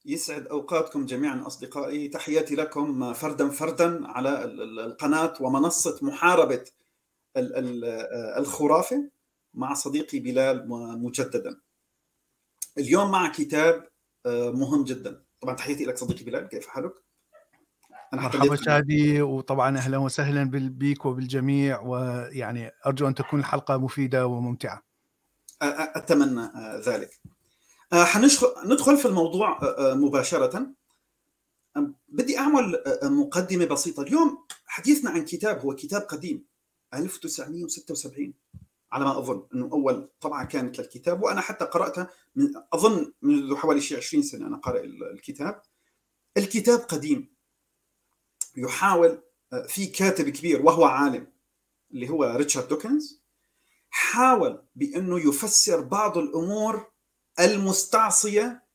يسعد أوقاتكم جميعا أصدقائي. تحياتي لكم فردا فردا على القناة ومنصة محاربة الخرافة مع صديقي بلال مجددا. اليوم مع كتاب مهم جدا. طبعا تحياتي لك صديقي بلال، كيف حالك؟ أنا مرحبا شادي، وطبعا أهلا وسهلا بك وبالجميع، ويعني أرجو أن تكون الحلقة مفيدة وممتعة. أتمنى ذلك. ندخل في الموضوع مباشرة. بدي أعمل مقدمة بسيطة. اليوم حديثنا عن كتاب هو كتاب قديم 1976 على ما أظن أنه أول طبعا كانت للكتاب، وأنا حتى قرأتها أظن منذ حوالي 20 سنة أنا قارئ الكتاب. الكتاب قديم، يحاول في كاتب كبير وهو عالم اللي هو ريتشارد دوكنز، حاول بأنه يفسر بعض الأمور المستعصية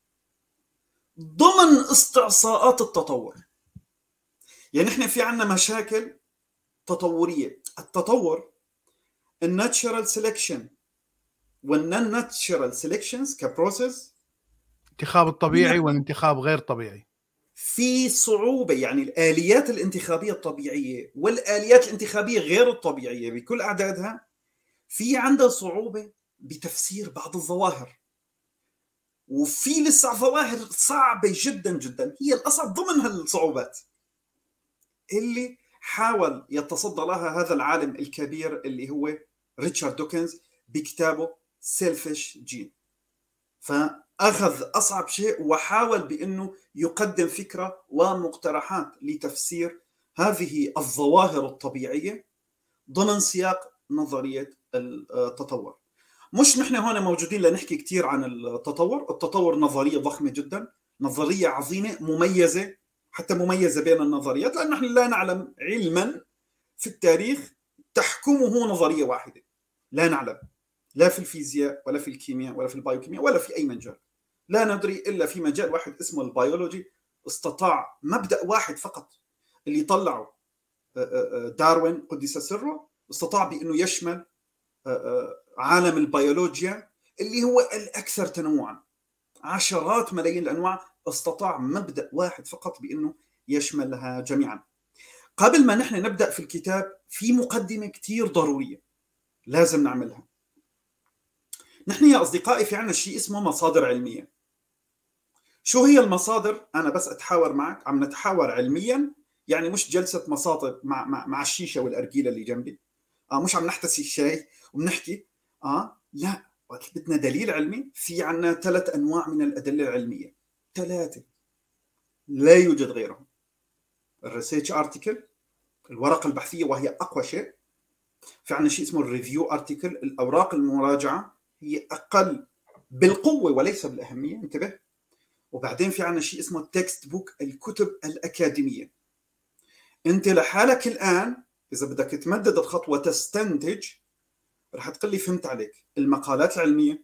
ضمن استعصاءات التطور. يعني احنا في عنا مشاكل تطورية. التطور الناتشرال سيلكشن والنون ناتشرال سيلكشنز كبروسيس، الانتخاب الطبيعي والانتخاب غير طبيعي، في صعوبة. يعني الآليات الانتخابية الطبيعية والآليات الانتخابية غير الطبيعية بكل أعدادها في عندها صعوبة بتفسير بعض الظواهر، وفي لسه ظواهر صعبة جدا جدا هي الأصعب ضمن هالصعوبات اللي حاول يتصدى لها هذا العالم الكبير اللي هو ريتشارد دوكنز بكتابه سيلفيش جين. فأخذ أصعب شيء وحاول بأنه يقدم فكرة ومقترحات لتفسير هذه الظواهر الطبيعية ضمن سياق نظرية التطور. مش نحن هون موجودين لنحكي كتير عن التطور. التطور نظرية ضخمة جدا، نظرية عظيمة مميزة، حتى مميزة بين النظريات، لأن نحن لا نعلم علما في التاريخ تحكمه نظرية واحدة. لا نعلم، لا في الفيزياء ولا في الكيمياء ولا في البايوكيمياء ولا في أي مجال. لا ندري إلا في مجال واحد اسمه البيولوجي. استطاع مبدأ واحد فقط اللي طلعه داروين قدس سره، استطاع بأنه يشمل عالم البيولوجيا اللي هو الأكثر تنوعا، عشرات ملايين الأنواع. استطاع مبدأ واحد فقط بأنه يشملها جميعا. قبل ما نحن نبدأ في الكتاب في مقدمة كتير ضرورية لازم نعملها. نحن يا أصدقائي في عنا شيء اسمه مصادر علمية. شو هي المصادر؟ أنا بس أتحاور معك، عم نتحاور علميا، يعني مش جلسة مصادر مع الشيشة والأرجيلة اللي جنبي. مش عم نحتسي الشاي وبنحكي. لا، بدنا دليل علمي. في عنا 3 أنواع من الأدلة العلمية، 3 لا يوجد غيرهم. الريسيرش ارتيكل، الورقة البحثية وهي أقوى شيء. في عنا شيء اسمه الريفيو ارتيكل، الأوراق المراجعة هي أقل بالقوة وليس بالأهمية، انتبه. وبعدين في عنا شيء اسمه التكست بوك، الكتب الأكاديمية. أنت لحالك الآن إذا بدك تمدد الخطوة تستنتج، رح تقول لي فهمت عليك. المقالات العلمية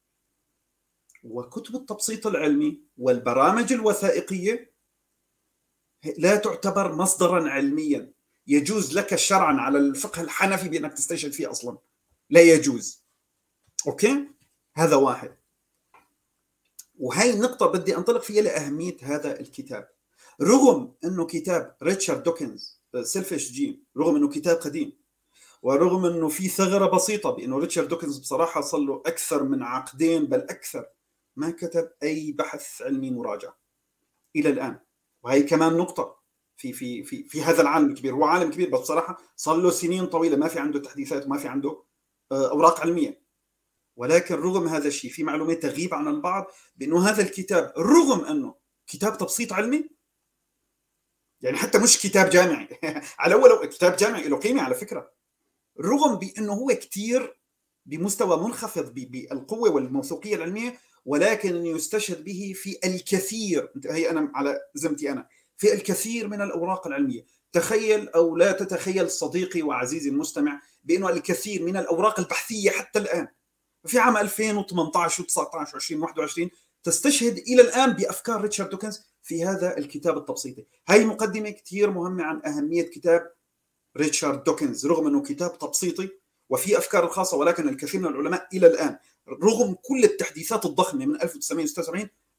وكتب التبسيط العلمي والبرامج الوثائقية لا تعتبر مصدرا علميا يجوز لك شرعا على الفقه الحنفي بأنك تستشهد فيه أصلا، لا يجوز. أوكي، هذا واحد. وهي النقطة بدي أنطلق فيها لأهمية هذا الكتاب. رغم أنه كتاب ريتشارد دوكنز سيلفيش جين، رغم أنه كتاب قديم، ورغم أنه في ثغرة بسيطة بأنه ريتشارد دوكنز بصراحة صار له أكثر من عقدين بل أكثر ما كتب أي بحث علمي مراجع إلى الآن. وهي كمان نقطة في هذا العالم الكبير. هو عالم كبير بس بصراحة صار له سنين طويلة ما في عنده تحديثات وما في عنده أوراق علمية. ولكن رغم هذا الشيء في معلومات تغيب عن البعض بأنه هذا الكتاب رغم أنه كتاب تبسيط علمي، يعني حتى مش كتاب جامعي على أول كتاب جامعي له قيمة على فكرة، رغم بأنه هو كتير بمستوى منخفض بالقوة والموثوقية العلمية، ولكن يستشهد به في الكثير، هي أنا على زمتي أنا، في الكثير من الأوراق العلمية. تخيل أو لا تتخيل صديقي وعزيزي المستمع بأنه الكثير من الأوراق البحثية حتى الآن في عام 2018 و19 و2021 تستشهد إلى الآن بأفكار ريتشارد دوكنز في هذا الكتاب التبسيطي. هاي مقدمة كتير مهمة عن أهمية كتاب ريتشارد دوكنز. رغم أنه كتاب تبسيطي وفي أفكار الخاصة، ولكن الكثير من العلماء إلى الآن رغم كل التحديثات الضخمة من 1976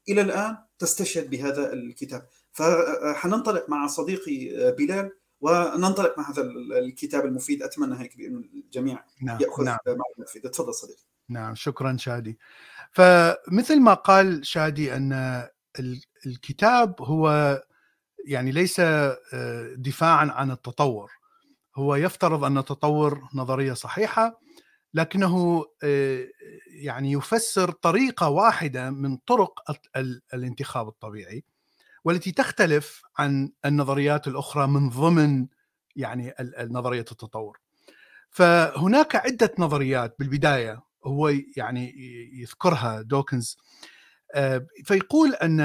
إلى الآن تستشهد بهذا الكتاب. فحننطلق مع صديقي بلال وننطلق مع هذا الكتاب المفيد. أتمنى هيك بأنه الجميع يأخذ معلومة مفيدة. تفضل صديقي. نعم، شكرا شادي. فمثل ما قال شادي أن الكتاب هو يعني ليس دفاعا عن التطور، هو يفترض أن التطور نظرية صحيحة، لكنه يعني يفسر طريقة واحدة من طرق الانتخاب الطبيعي، والتي تختلف عن النظريات الأخرى من ضمن يعني نظرية التطور. فهناك عدة نظريات بالبداية هو يعني يذكرها دوكنز، فيقول أن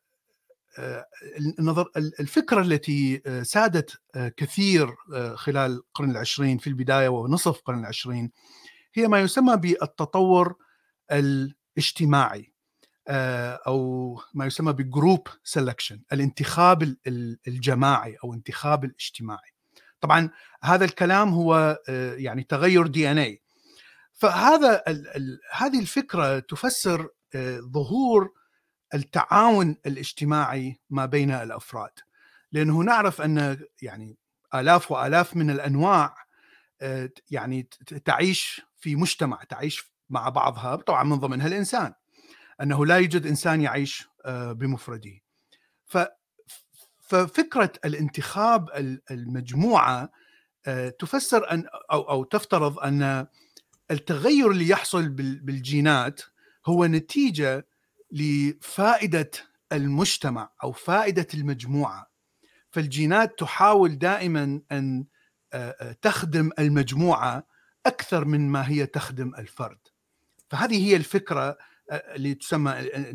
الفكرة التي سادت كثير خلال القرن العشرين في البداية ونصف القرن العشرين هي ما يسمى بالتطور الاجتماعي، أو ما يسمى بجروب سيلكشن، الانتخاب الجماعي أو انتخاب الاجتماعي. طبعا هذا الكلام هو يعني تغير DNA. فهذا هذه الفكرة تفسر ظهور التعاون الاجتماعي ما بين الأفراد، لأنه نعرف أن يعني آلاف وآلاف من الأنواع يعني تعيش في مجتمع، تعيش مع بعضها، طبعا من ضمنها الإنسان، أنه لا يوجد إنسان يعيش بمفرده. ففكرة الانتخاب المجموعة تفسر أن أو تفترض أن التغير اللي يحصل بالجينات هو نتيجة لفائدة المجتمع أو فائدة المجموعة. فالجينات تحاول دائما أن تخدم المجموعة أكثر من ما هي تخدم الفرد. فهذه هي الفكرة اللي تسمى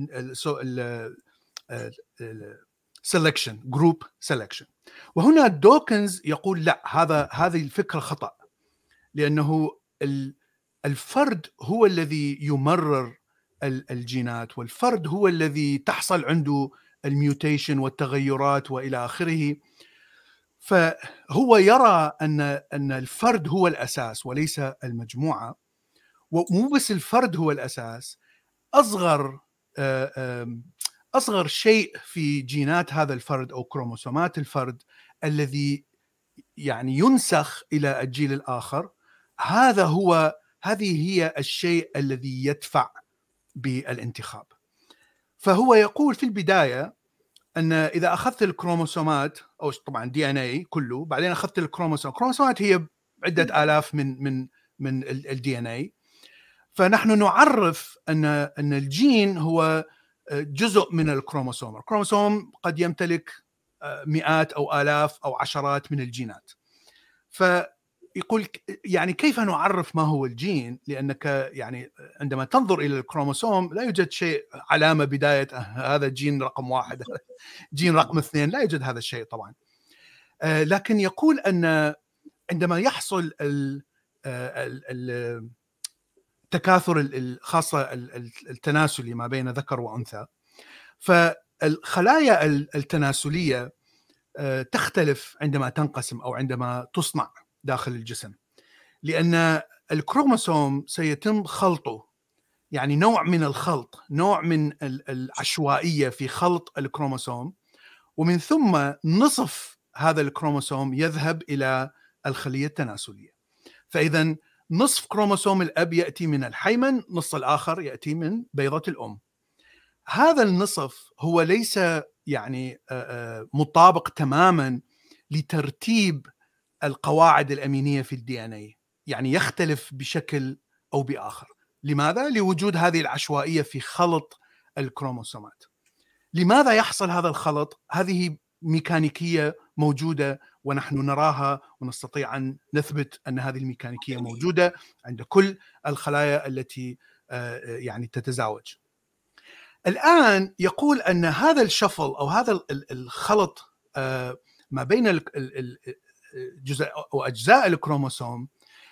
selection، group selection. وهنا دوكنز يقول لا، هذه الفكرة خطأ، لأنه الفرد هو الذي يمرر الجينات، والفرد هو الذي تحصل عنده الميوتيشن والتغيرات وإلى آخره. فهو يرى أن الفرد هو الأساس وليس المجموعة. ومو بس الفرد هو الأساس، أصغر شيء في جينات هذا الفرد أو كروموسومات الفرد الذي يعني ينسخ إلى الجيل الآخر، هذه هي الشيء الذي يدفع بالانتخاب. فهو يقول في البداية أن إذا أخذت الكروموسومات، أو طبعا DNA كله، بعدين أخذت الكروموسومات هي عدة آلاف من الDNA، فنحن نعرف أن الجين هو جزء من الكروموسوم. الكروموسوم قد يمتلك مئات أو آلاف أو عشرات من الجينات. فيقول يعني كيف نعرف ما هو الجين؟ لأنك يعني عندما تنظر إلى الكروموسوم لا يوجد شيء علامة بداية هذا جين رقم 1 جين رقم 2، لا يوجد هذا الشيء طبعا. لكن يقول أن عندما يحصل التكاثر الخاصة التناسلي ما بين ذكر وأنثى، فالخلايا التناسلية تختلف عندما تنقسم أو عندما تصنع داخل الجسم، لأن الكروموسوم سيتم خلطه، يعني نوع من الخلط، نوع من العشوائية في خلط الكروموسوم، ومن ثم نصف هذا الكروموسوم يذهب إلى الخلية التناسلية. فإذا نصف كروموسوم الأب يأتي من الحيمن، نصف الآخر يأتي من بيضة الأم. هذا النصف هو ليس يعني مطابق تماما لترتيب القواعد الأمينية في الDNA، يعني يختلف بشكل أو بآخر. لماذا؟ لوجود هذه العشوائية في خلط الكروموسومات. لماذا يحصل هذا الخلط؟ هذه ميكانيكية موجودة ونحن نراها ونستطيع أن نثبت أن هذه الميكانيكية موجودة عند كل الخلايا التي يعني تتزاوج. الآن يقول أن هذا الشفل أو هذا الخلط ما بين الجزء أو أجزاء الكروموسوم،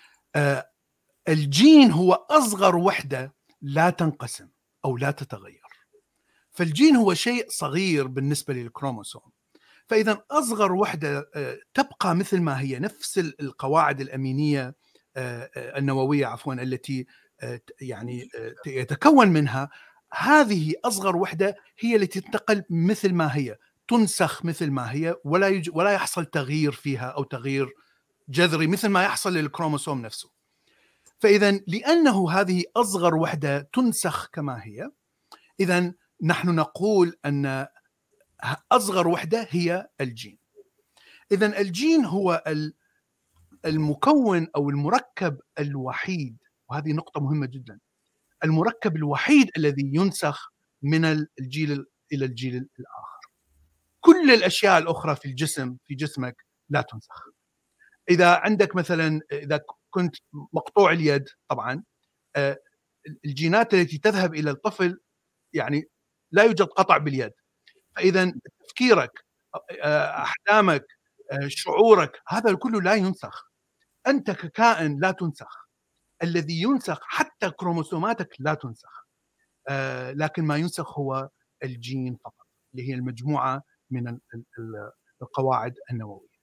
الجين هو أصغر وحدة لا تنقسم أو لا تتغير. فالجين هو شيء صغير بالنسبة للكروموسوم، فإذا أصغر وحدة تبقى مثل ما هي، نفس القواعد الأمينية النووية التي يعني يتكون منها، هذه أصغر وحدة هي التي تنتقل مثل ما هي، تنسخ مثل ما هي، ولا يحصل تغيير فيها أو تغيير جذري مثل ما يحصل للكروموسوم نفسه. فإذا لأنه هذه أصغر وحدة تنسخ كما هي، إذا نحن نقول أن أصغر وحدة هي الجين. إذا الجين هو المكون أو المركب الوحيد، وهذه نقطة مهمة جدا، المركب الوحيد الذي ينسخ من الجيل إلى الجيل الآخر. كل الأشياء الأخرى في الجسم في جسمك لا تنسخ. إذا عندك مثلا، إذا كنت مقطوع اليد، طبعا الجينات التي تذهب إلى الطفل يعني لا يوجد قطع باليد، فإذا تفكيرك، أحلامك، شعورك، هذا كله لا ينسخ. أنت ككائن لا تنسخ. الذي ينسخ حتى كروموسوماتك لا تنسخ، لكن ما ينسخ هو الجين فقط، اللي هي المجموعة من القواعد النووية.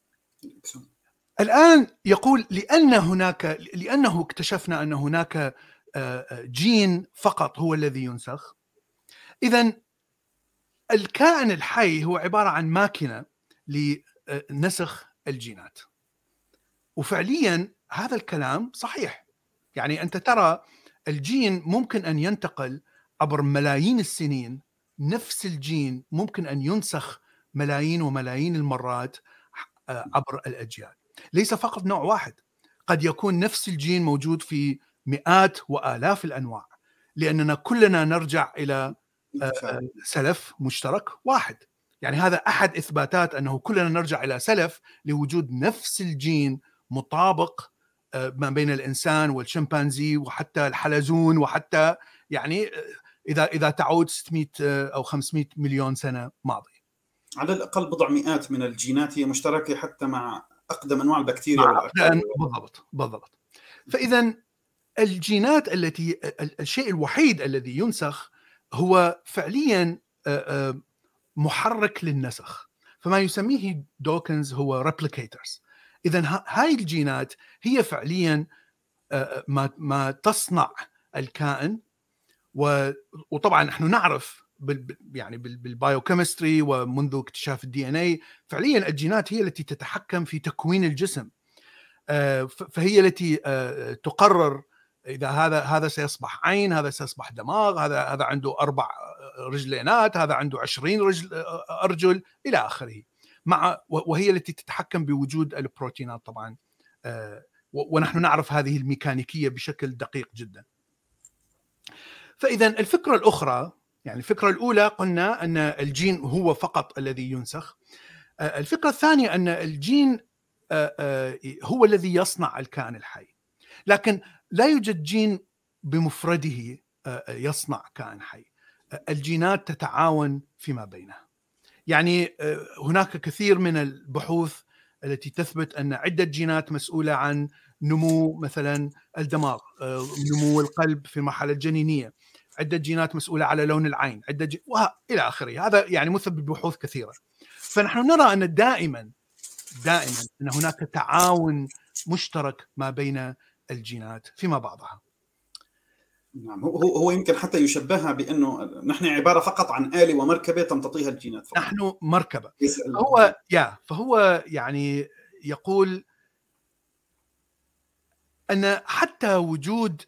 الآن يقول لأنه اكتشفنا أن هناك جين فقط هو الذي ينسخ، إذن الكائن الحي هو عبارة عن ماكينة لنسخ الجينات. وفعليا هذا الكلام صحيح. يعني أنت ترى الجين ممكن أن ينتقل عبر ملايين السنين، نفس الجين ممكن أن ينسخ ملايين وملايين المرات عبر الأجيال. ليس فقط نوع واحد، قد يكون نفس الجين موجود في مئات وآلاف الأنواع، لأننا كلنا نرجع إلى سلف مشترك واحد. يعني هذا أحد إثباتات أنه كلنا نرجع إلى سلف، لوجود نفس الجين مطابق ما بين الإنسان والشمبانزي وحتى الحلزون، وحتى يعني إذا تعود 600 أو 500 مليون سنة ماضية. على الأقل بضع مئات من الجينات هي مشتركة حتى مع أقدم أنواع البكتيريا والأركان. بالضبط. فإذا الجينات الشيء الوحيد الذي ينسخ هو فعليا محرك للنسخ، فما يسميه دوكنز هو replicators. إذا هاي الجينات هي فعليا ما تصنع الكائن. وطبعا نحن نعرف يعني بالبايوكيمستري ومنذ اكتشاف الدي ان اي، فعليا الجينات هي التي تتحكم في تكوين الجسم، فهي التي تقرر إذا هذا سيصبح عين، هذا سيصبح دماغ، هذا عنده 4 رجلينات، هذا عنده 20 أرجل إلى آخره، وهي التي تتحكم بوجود البروتينات طبعا. ونحن نعرف هذه الميكانيكية بشكل دقيق جدا. فإذا الفكرة الأخرى، يعني الفكرة الأولى قلنا أن الجين هو فقط الذي ينسخ. الفكرة الثانية أن الجين هو الذي يصنع الكائن الحي، لكن لا يوجد جين بمفرده يصنع كائن حي. الجينات تتعاون فيما بينها. يعني هناك كثير من البحوث التي تثبت أن عدة جينات مسؤولة عن نمو مثلا الدماغ، نمو القلب في المرحلة الجنينية، عدة جينات مسؤولة على لون العين، وإلى آخره. هذا يعني مثبت ببحوث كثيرة. فنحن نرى أن دائما أن هناك تعاون مشترك ما بين الجينات فيما بعضها. نعم، هو يمكن حتى يشبهها بأنه نحن عبارة فقط عن آلة ومركبة تمتطيها الجينات فقط. نحن مركبة. فهو يعني يقول أن حتى وجود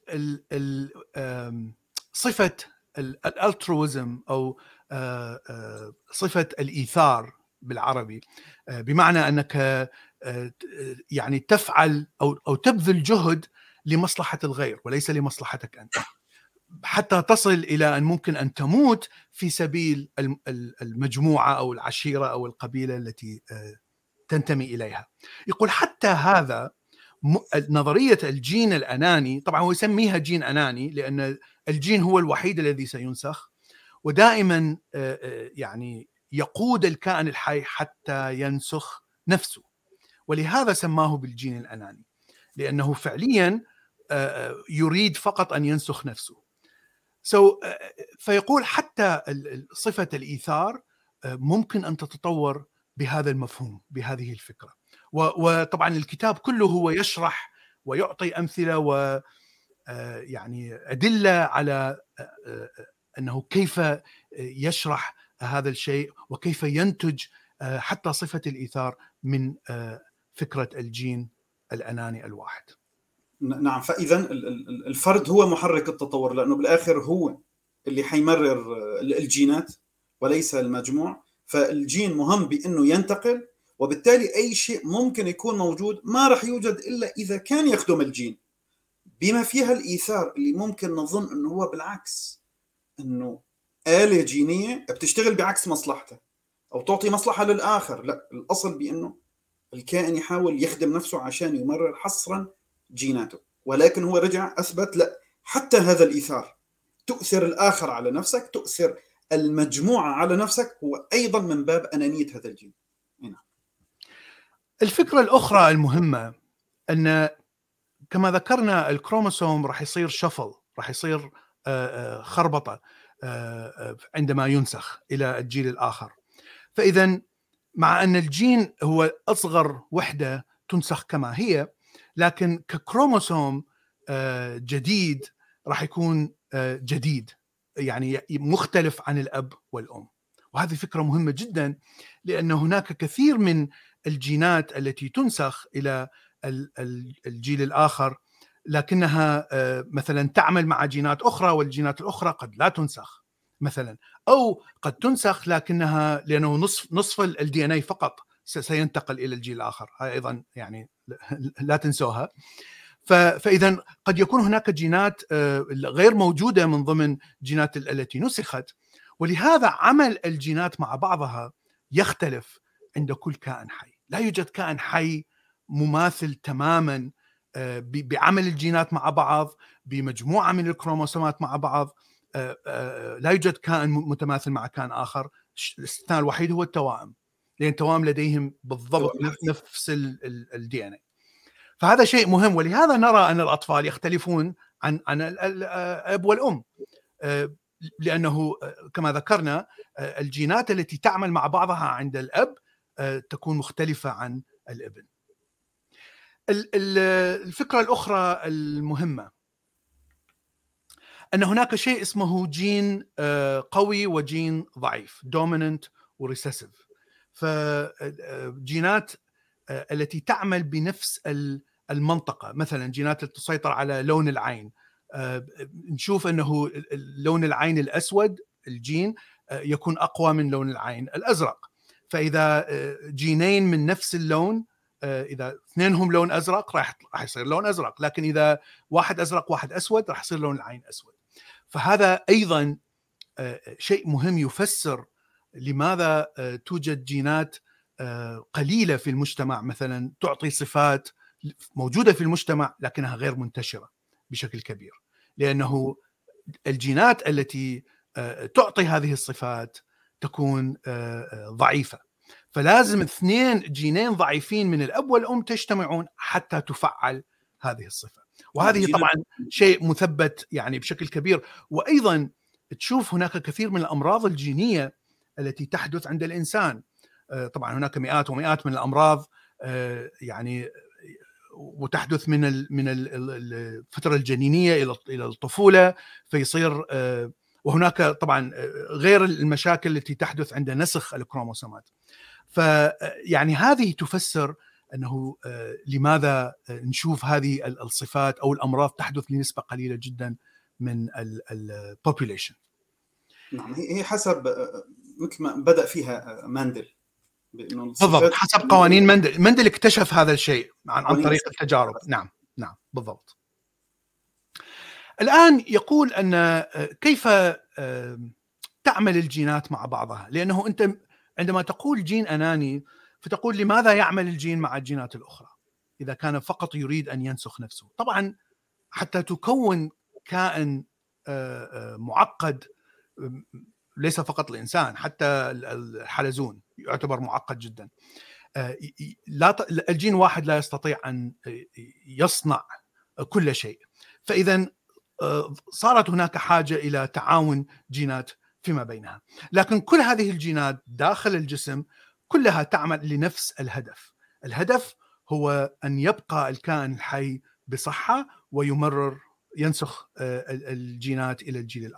صفة الالترويزم أو صفة الإيثار بالعربي، بمعنى أنك يعني تفعل أو تبذل جهد لمصلحة الغير وليس لمصلحتك أنت، حتى تصل إلى أن ممكن أن تموت في سبيل المجموعة أو العشيرة أو القبيلة التي تنتمي إليها. يقول حتى هذا نظرية الجين الأناني، طبعا هو يسميها جين أناني لأن الجين هو الوحيد الذي سينسخ، ودائما يعني يقود الكائن الحي حتى ينسخ نفسه، ولهذا سماه بالجين الأناني، لأنه فعليا يريد فقط أن ينسخ نفسه. فيقول حتى صفة الإيثار ممكن أن تتطور بهذا المفهوم، بهذه الفكرة. وطبعا الكتاب كله هو يشرح ويعطي أمثلة ويعني أدلة على أنه كيف يشرح هذا الشيء وكيف ينتج حتى صفة الإيثار من فكرة الجين الأناني الواحد. نعم، فإذا الفرد هو محرك التطور، لأنه بالآخر هو اللي حيمرر الجينات وليس المجموع. فالجين مهم بأنه ينتقل، وبالتالي أي شيء ممكن يكون موجود ما رح يوجد إلا إذا كان يخدم الجين، بما فيها الإيثار اللي ممكن نظن أنه هو بالعكس، أنه آلة جينية بتشتغل بعكس مصلحتها أو تعطي مصلحة للآخر. لا، الأصل بأنه الكائن يحاول يخدم نفسه عشان يمرر حصرا جيناته، ولكن هو رجع أثبت لا، حتى هذا الإيثار، تؤثر الآخر على نفسك، تؤثر المجموعة على نفسك، هو أيضا من باب أنانية هذا الجين. الفكرة الأخرى المهمة أن كما ذكرنا الكروموسوم راح يصير شفل، راح يصير خربطة عندما ينسخ إلى الجيل الآخر. فإذا مع أن الجين هو أصغر وحدة تنسخ كما هي، لكن ككروموسوم جديد راح يكون جديد، يعني مختلف عن الأب والأم. وهذه فكرة مهمة جدا، لأن هناك كثير من الجينات التي تنسخ إلى الجيل الآخر، لكنها مثلا تعمل مع جينات أخرى، والجينات الأخرى قد لا تنسخ مثلا، أو قد تنسخ لكنها لأنه نصف الدي ان اي فقط سينتقل إلى الجيل الآخر. هاي أيضا يعني لا تنسوها. فإذا قد يكون هناك جينات غير موجودة من ضمن جينات التي نسخت، ولهذا عمل الجينات مع بعضها يختلف عند كل كائن حي. لا يوجد كائن حي مماثل تماما بعمل الجينات مع بعض، بمجموعة من الكروموسومات مع بعض. لا يوجد كائن متماثل مع كائن آخر. الاستثناء الوحيد هو التوائم، لأن التوائم لديهم بالضبط نفس الدي ان اي. فهذا شيء مهم، ولهذا نرى أن الأطفال يختلفون عن الأب والأم، لأنه كما ذكرنا الجينات التي تعمل مع بعضها عند الأب تكون مختلفة عن الابن. الفكرة الأخرى المهمة أن هناك شيء اسمه جين قوي وجين ضعيف، dominant وريسيسيف. فجينات التي تعمل بنفس المنطقة، مثلا جينات التي تسيطر على لون العين، نشوف أنه لون العين الأسود الجين يكون أقوى من لون العين الأزرق. فإذا جينين من نفس اللون، إذا اثنينهم لون أزرق راح يصير لون أزرق، لكن إذا واحد أزرق واحد أسود راح يصير لون العين أسود. فهذا أيضا شيء مهم يفسر لماذا توجد جينات قليلة في المجتمع مثلا تعطي صفات موجودة في المجتمع لكنها غير منتشرة بشكل كبير، لأنه الجينات التي تعطي هذه الصفات تكون ضعيفة. فلازم جينين ضعيفين من الأب والأم تجتمعون حتى تفعل هذه الصفة. وهذه طبعا شيء مثبت يعني بشكل كبير. وأيضا تشوف هناك كثير من الأمراض الجينية التي تحدث عند الإنسان. طبعا هناك مئات ومئات من الأمراض يعني وتحدث من الفترة الجنينية إلى الطفولة، فيصير وهناك طبعا غير المشاكل التي تحدث عند نسخ الكروموسومات. فيعني هذه تفسر أنه لماذا نشوف هذه الصفات أو الأمراض تحدث لنسبة قليلة جدا من البوبوليشن. نعم، هي حسب مثل ما بدأ فيها ماندل، بالضبط حسب قوانين ماندل اكتشف هذا الشيء عن طريق التجارب. نعم بالضبط. الآن يقول أن كيف تعمل الجينات مع بعضها، لأنه أنت عندما تقول جين أناني فتقول لماذا يعمل الجين مع الجينات الأخرى إذا كان فقط يريد أن ينسخ نفسه. طبعا حتى تكون كائن معقد، ليس فقط الإنسان، حتى الحلزون يعتبر معقد جدا. الجين واحد لا يستطيع أن يصنع كل شيء، فإذا صارت هناك حاجة إلى تعاون جينات فيما بينها. لكن كل هذه الجينات داخل الجسم كلها تعمل لنفس الهدف هو أن يبقى الكائن الحي بصحة ويمرر ينسخ الجينات إلى الجيل الآخر.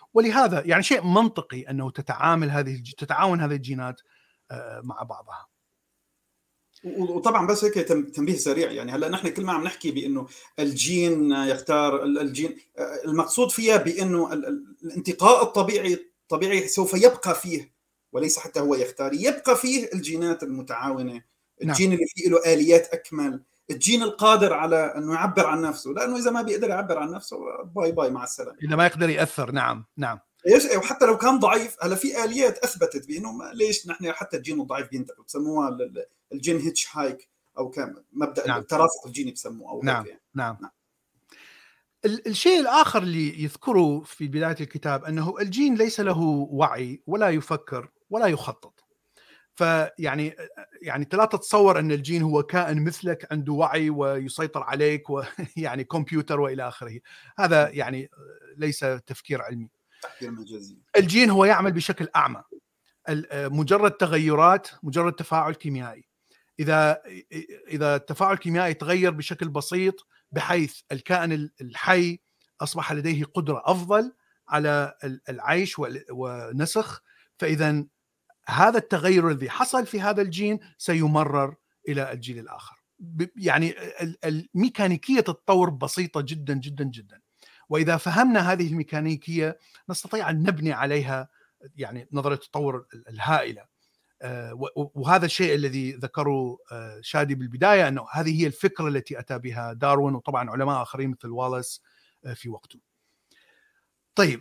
ولهذا يعني شيء منطقي أنه تتعاون هذه الجينات مع بعضها. وطبعا بس هيك تنبيه سريع، يعني هلا نحن كل ما عم نحكي بانه الجين يختار الجين، المقصود فيها بانه الانتقاء الطبيعي سوف يبقى فيه، وليس حتى هو يختار، يبقى فيه الجينات المتعاونة، الجين اللي فيه له آليات أكمل، الجين القادر على أنه يعبر عن نفسه، لأنه إذا ما بيقدر يعبر عن نفسه باي باي مع السلامة، إذا ما يقدر يأثر. نعم وحتى لو كان ضعيف، هلا في آليات أثبتت بأنه ليش نحن حتى الجين الضعيف بينتقل، بسموها الجين هيتش هايك، أو مبدأ الترافق الجيني بسموه، أو هيك يعني. نعم. الشيء الآخر اللي يذكره في بداية الكتاب أنه الجين ليس له وعي ولا يفكر ولا يخطط. فيعني لا تتصور أن الجين هو كائن مثلك عنده وعي ويسيطر عليك ويعني كمبيوتر وإلى آخره. هذا يعني ليس تفكير علمي. الجين هو يعمل بشكل أعمى، مجرد تغيرات، مجرد تفاعل كيميائي. إذا التفاعل الكيميائي تغير بشكل بسيط بحيث الكائن الحي أصبح لديه قدرة أفضل على العيش ونسخ، فإذا هذا التغير الذي حصل في هذا الجين سيمرر إلى الجيل الآخر. يعني الميكانيكية التطور بسيطة جدا جدا جدا، وإذا فهمنا هذه الميكانيكية نستطيع أن نبني عليها يعني نظرية التطور الهائلة. وهذا الشيء الذي ذكره شادي بالبداية، أنه هذه هي الفكرة التي أتى بها داروين، وطبعا علماء آخرين مثل والاس في وقته. طيب،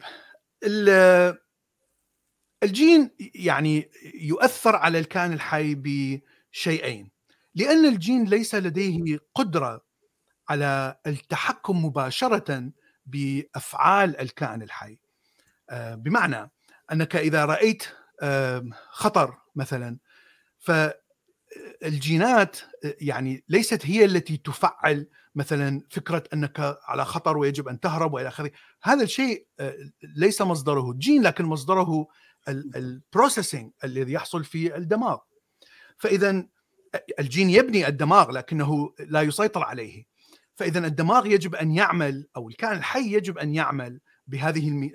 الجين يعني يؤثر على الكائن الحي بشيئين، لأن الجين ليس لديه قدرة على التحكم مباشرة بأفعال الكائن الحي. بمعنى أنك إذا رأيت خطر مثلا، فالجينات يعني ليست هي التي تفعل مثلا فكرة أنك على خطر ويجب أن تهرب وإلى آخره. هذا الشيء ليس مصدره الجين، لكن مصدره البروسيسنج الذي يحصل في الدماغ. فإذا الجين يبني الدماغ لكنه لا يسيطر عليه. فإذا الدماغ يجب أن يعمل، أو الكائن الحي يجب أن يعمل بهذه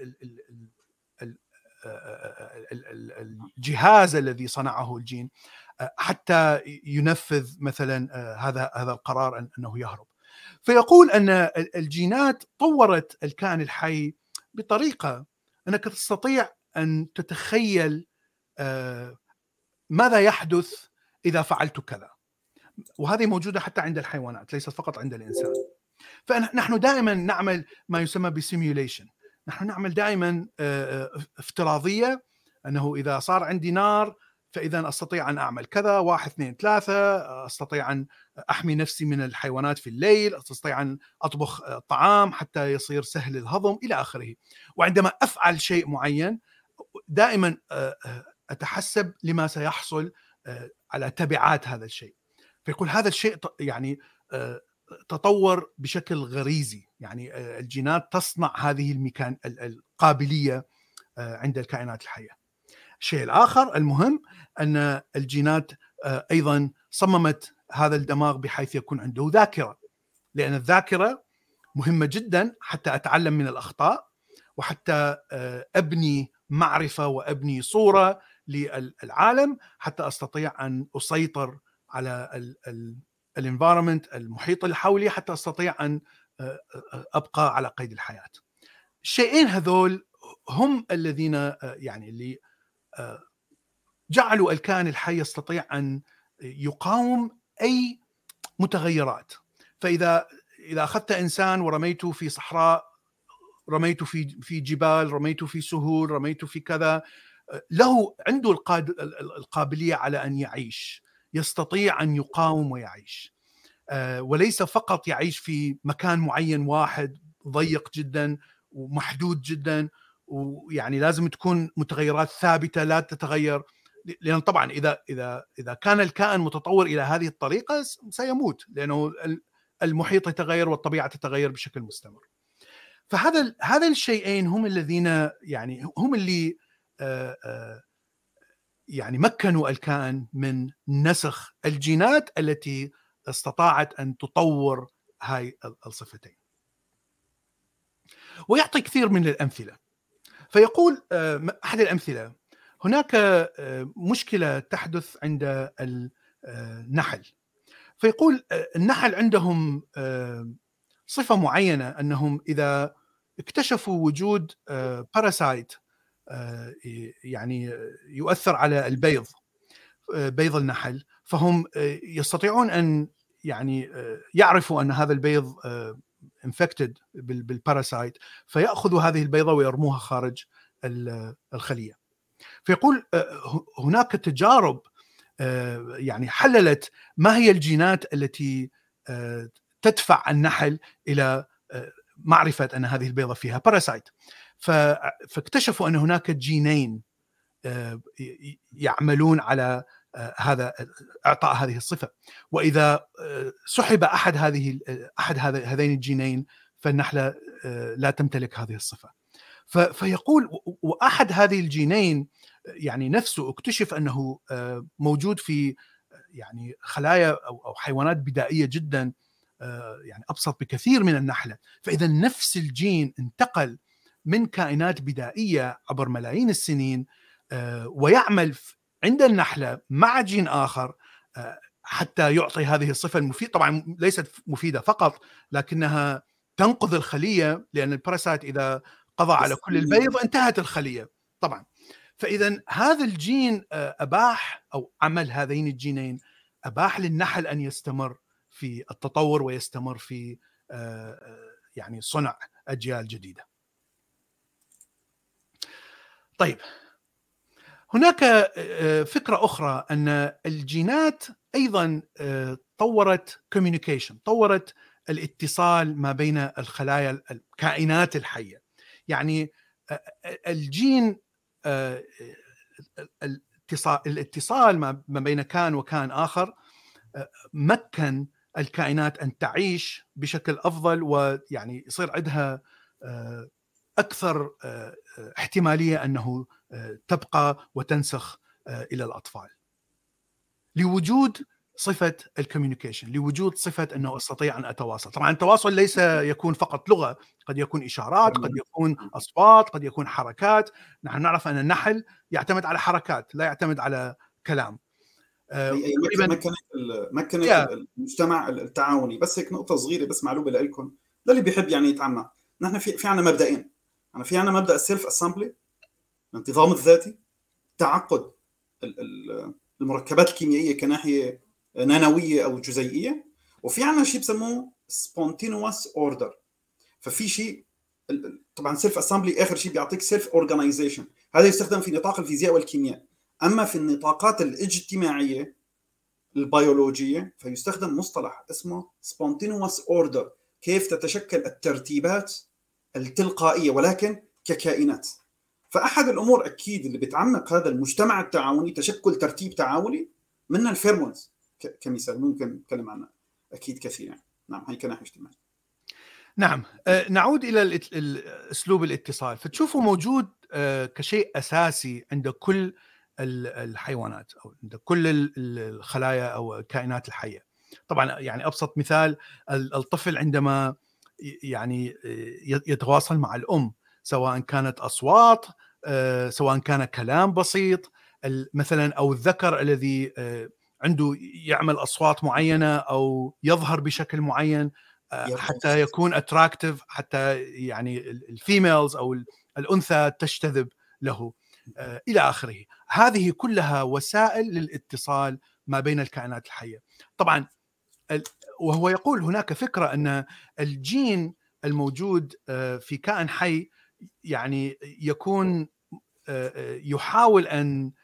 الجهاز الذي صنعه الجين حتى ينفذ مثلا هذا القرار أنه يهرب. فيقول أن الجينات طورت الكائن الحي بطريقة أنك تستطيع أن تتخيل ماذا يحدث إذا فعلت كذا، وهذه موجودة حتى عند الحيوانات ليست فقط عند الإنسان. فنحن دائما نعمل ما يسمى بسيميوليشن، نحن نعمل دائما افتراضية، أنه إذا صار عندي نار فإذا أستطيع أن أعمل كذا، 1 2 3، أستطيع أن أحمي نفسي من الحيوانات في الليل، أستطيع أن أطبخ طعام حتى يصير سهل الهضم إلى آخره. وعندما أفعل شيء معين دائما أتحسب لما سيحصل على تبعات هذا الشيء. فيقول هذا الشيء يعني تطور بشكل غريزي، يعني الجينات تصنع هذه القابلية عند الكائنات الحية. الشيء الآخر المهم أن الجينات أيضا صممت هذا الدماغ بحيث يكون عنده ذاكرة، لأن الذاكرة مهمة جدا حتى أتعلم من الأخطاء، وحتى أبني معرفة وأبني صورة للعالم، حتى أستطيع أن أسيطر على الانفايرمنت، المحيط اللي حولي، حتى أستطيع أن أبقى على قيد الحياة. الشيئين هذول هم الذين يعني اللي جعلوا الكائن الحي يستطيع أن يقاوم أي متغيرات. فإذا أخذت إنسان ورميته في صحراء، رميته في جبال، رميته في سهول، رميته في كذا، عنده القابلية على أن يعيش، يستطيع أن يقاوم ويعيش، وليس فقط يعيش في مكان معين واحد ضيق جدا ومحدود جدا، ويعني لازم تكون متغيرات ثابتة لا تتغير، لأن طبعا إذا كان الكائن متطور إلى هذه الطريقة سيموت، لأنه المحيط يتغير والطبيعة تتغير بشكل مستمر. فهذا الشيئين هم الذين يعني هم اللي يعني مكنوا الكائن من نسخ الجينات التي استطاعت أن تطور هاي الصفتين. ويعطي كثير من الأمثلة. فيقول أحد الأمثلة، هناك مشكلة تحدث عند النحل. فيقول النحل عندهم صفة معينة، أنهم إذا اكتشفوا وجود باراسايت يعني يؤثر على البيض، بيض النحل، فهم يستطيعون أن يعني يعرفوا أن هذا البيض infected بالباراسايت، فيأخذوا هذه البيضة ويرموها خارج الخلية. فيقول هناك تجارب يعني حللت ما هي الجينات التي تدفع النحل إلى معرفة أن هذه البيضة فيها باراسايت، فاكتشفوا أن هناك جينين يعملون على هذا إعطاء هذه الصفة، وإذا سحب أحد هذين الجينين فالنحلة لا تمتلك هذه الصفة. فيقول وأحد هذه الجينين يعني نفسه اكتشف أنه موجود في يعني خلايا أو حيوانات بدائية جدا، يعني أبسط بكثير من النحلة. فإذا نفس الجين انتقل من كائنات بدائية عبر ملايين السنين ويعمل عند النحلة مع جين آخر حتى يعطي هذه الصفة المفيدة. طبعا ليست مفيدة فقط، لكنها تنقذ الخلية، لأن الباراسايت إذا قضى على كل البيض انتهت الخلية طبعا. فإذا هذا الجين أباح، أو عمل هذين الجينين أباح للنحل أن يستمر في التطور ويستمر في يعني صنع أجيال جديدة. طيب، هناك فكرة أخرى أن الجينات أيضا طورت communication، طورت الاتصال ما بين الخلايا الكائنات الحية. يعني الجين الاتصال ما بين كائن وكائن آخر مكن الكائنات أن تعيش بشكل أفضل، ويعني يصير عندها أكثر احتمالية أنه تبقى وتنسخ إلى الأطفال، لوجود صفة الكوميونيكيشن، لوجود صفة أنه أستطيع أن أتواصل. طبعا التواصل ليس يكون فقط لغة، قد يكون إشارات، قد يكون أصوات، قد يكون حركات. نحن نعرف أن النحل يعتمد على حركات، لا يعتمد على كلام. مكنت المجتمع التعاوني. بس هيك نقطة صغيرة بس معلومة لكم للي بيحب يعني يتعمق. نحن في عنا مبدئين. في عنا مبدأ السيلف اسامبلي، الانتظام الذاتي، تعقد المركبات الكيميائية كناحية نانوية أو جزيئية، وفي عنا شيء بسموه spontaneous order. ففي شيء طبعا سيلف اسامبلي آخر شيء بيعطيك سيلف اورجانيزيشن، هذا يستخدم في نطاق الفيزياء والكيمياء. أما في النطاقات الاجتماعية البيولوجية فيستخدم مصطلح اسمه spontaneous order، كيف تتشكل الترتيبات التلقائية ولكن ككائنات. فأحد الأمور أكيد اللي بتعمق هذا المجتمع التعاوني تشكل ترتيب تعاوني، منها الفيرمونز كمثال ممكن نتكلم عنها أكيد كثيرا. نعم، هي كناحية اجتماعية. نعم، نعود إلى أسلوب الاتصال. فتشوفوا موجود كشيء أساسي عند كل الحيوانات أو عند كل الخلايا أو الكائنات الحية. طبعا يعني أبسط مثال الطفل عندما يعني يتواصل مع الأم، سواء كانت أصوات، سواء كان كلام بسيط مثلا، أو الذكر الذي عنده يعمل أصوات معينة أو يظهر بشكل معين حتى يكون اتراكتيف، حتى يعني الفيميلز أو الأنثى تجتذب له إلى آخره. هذه كلها وسائل للاتصال ما بين الكائنات الحية. طبعا وهو يقول هناك فكرة أن الجين الموجود في كائن حي يعني يكون يحاول أن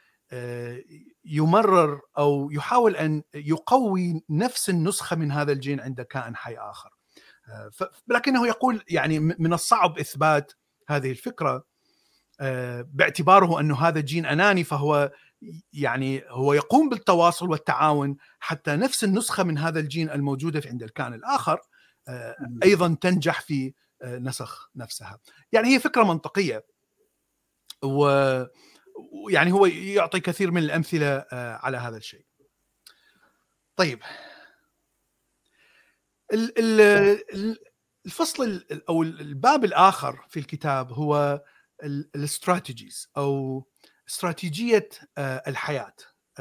يمرر أو يحاول أن يقوي نفس النسخة من هذا الجين عند كائن حي آخر. لكنه يقول يعني من الصعب إثبات هذه الفكرة باعتباره أنه هذا الجين أناني، فهو يعني هو يقوم بالتواصل والتعاون حتى نفس النسخة من هذا الجين الموجودة عند الكائن الآخر أيضا تنجح في نسخ نفسها. يعني هي فكرة منطقية، ويعني هو يعطي كثير من الأمثلة على هذا الشيء. طيب، الفصل أو الباب الآخر في الكتاب هو الاستراتيجيز أو استراتيجية الحياة.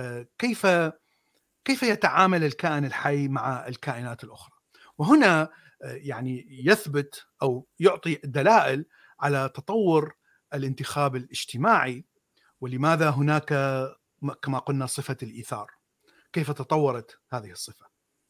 كيف يتعامل الكائن الحي مع الكائنات الأخرى. وهنا يعني يثبت أو يعطي دلائل على تطور الانتخاب الاجتماعي، ولماذا هناك كما قلنا صفة الإيثار، كيف تطورت هذه الصفة.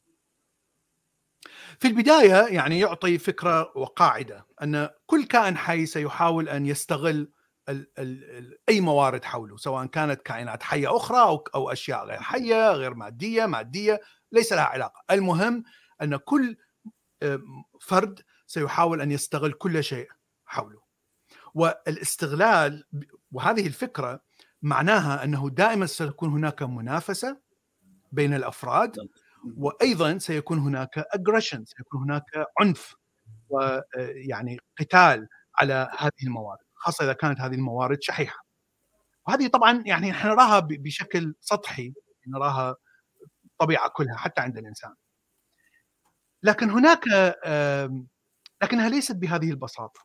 في البداية يعني يعطي فكرة وقاعدة أن كل كائن حي سيحاول أن يستغل أي موارد حوله، سواء كانت كائنات حية أخرى أو أشياء غير حية، غير مادية، ليس لها علاقة. المهم أن كل فرد سيحاول أن يستغل كل شيء حوله. والاستغلال وهذه الفكرة معناها أنه دائما ستكون هناك منافسة بين الأفراد، وأيضا سيكون هناك aggression، سيكون هناك عنف ويعني قتال على هذه الموارد، خاصة إذا كانت هذه الموارد شحيحة. وهذه طبعا يعني احنا نراها بشكل سطحي، نراها طبيعة كلها حتى عند الإنسان، لكن هناك لكنها ليست بهذه البساطة.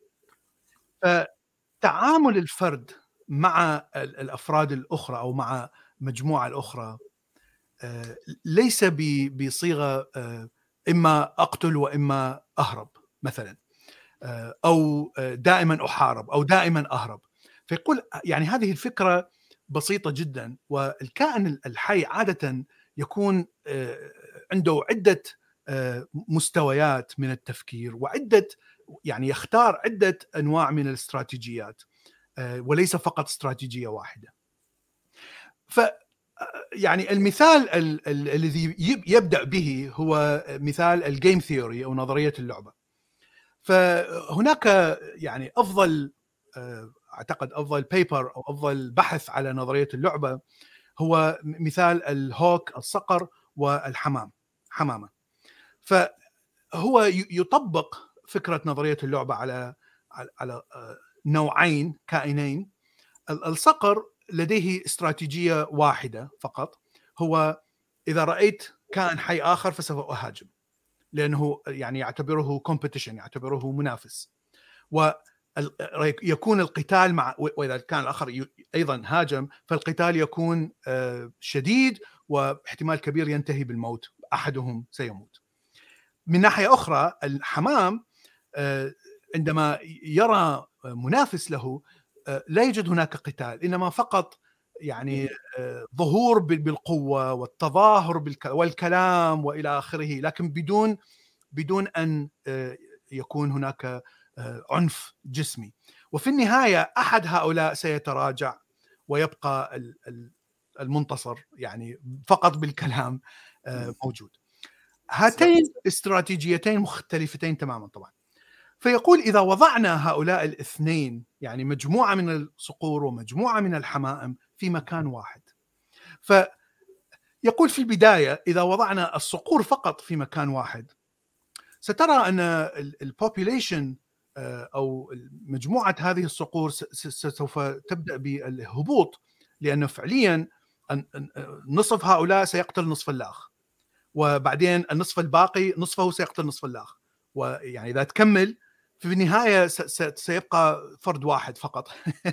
فتعامل الفرد مع الأفراد الأخرى أو مع مجموعة الأخرى ليس بصيغة إما أقتل وإما أهرب مثلا، أو دائما أحارب أو دائما أهرب. فيقول يعني هذه الفكرة بسيطة جدا، والكائن الحي عادة يكون عنده عدة مستويات من التفكير، وعدة يعني يختار عدة أنواع من الاستراتيجيات، وليس فقط استراتيجية واحدة. يعني المثال الذي يبدأ به هو مثال الجيم ثيوري أو نظرية اللعبة. فهناك يعني أعتقد أفضل بيبر أو أفضل بحث على نظرية اللعبة هو مثال الهوك، الصقر، والحمامة. فهو يطبق فكرة نظرية اللعبة على نوعين كائنين. الصقر لديه استراتيجية واحدة فقط، هو إذا رأيت كائن حي آخر فسوف أهاجم، لأنه يعني يعتبره competition، يعتبره منافس، ويكون القتال مع، وإذا كان الآخر أيضا هاجم فالقتال يكون شديد، واحتمال كبير ينتهي بالموت، أحدهم سيموت. من ناحية أخرى الحمام عندما يرى منافس له لا يوجد هناك قتال، إنما فقط يعني ظهور بالقوة والتظاهر والكلام وإلى آخره، لكن بدون أن يكون هناك عنف جسمي. وفي النهاية أحد هؤلاء سيتراجع ويبقى المنتصر يعني فقط بالكلام موجود. هاتين استراتيجيتين مختلفتين تماما طبعا. فيقول إذا وضعنا هؤلاء الاثنين، يعني مجموعة من الصقور ومجموعة من الحمائم في مكان واحد، فيقول في البداية إذا وضعنا الصقور فقط في مكان واحد سترى أن البوبوليشن أو مجموعة هذه الصقور سوف تبدأ بالهبوط، لأنه فعليا نصف هؤلاء سيقتل نصف الآخر، وبعدين النصف الباقي نصفه سيقتل نصف الآخر، ويعني إذا تكمل في النهاية سيبقى فرد واحد فقط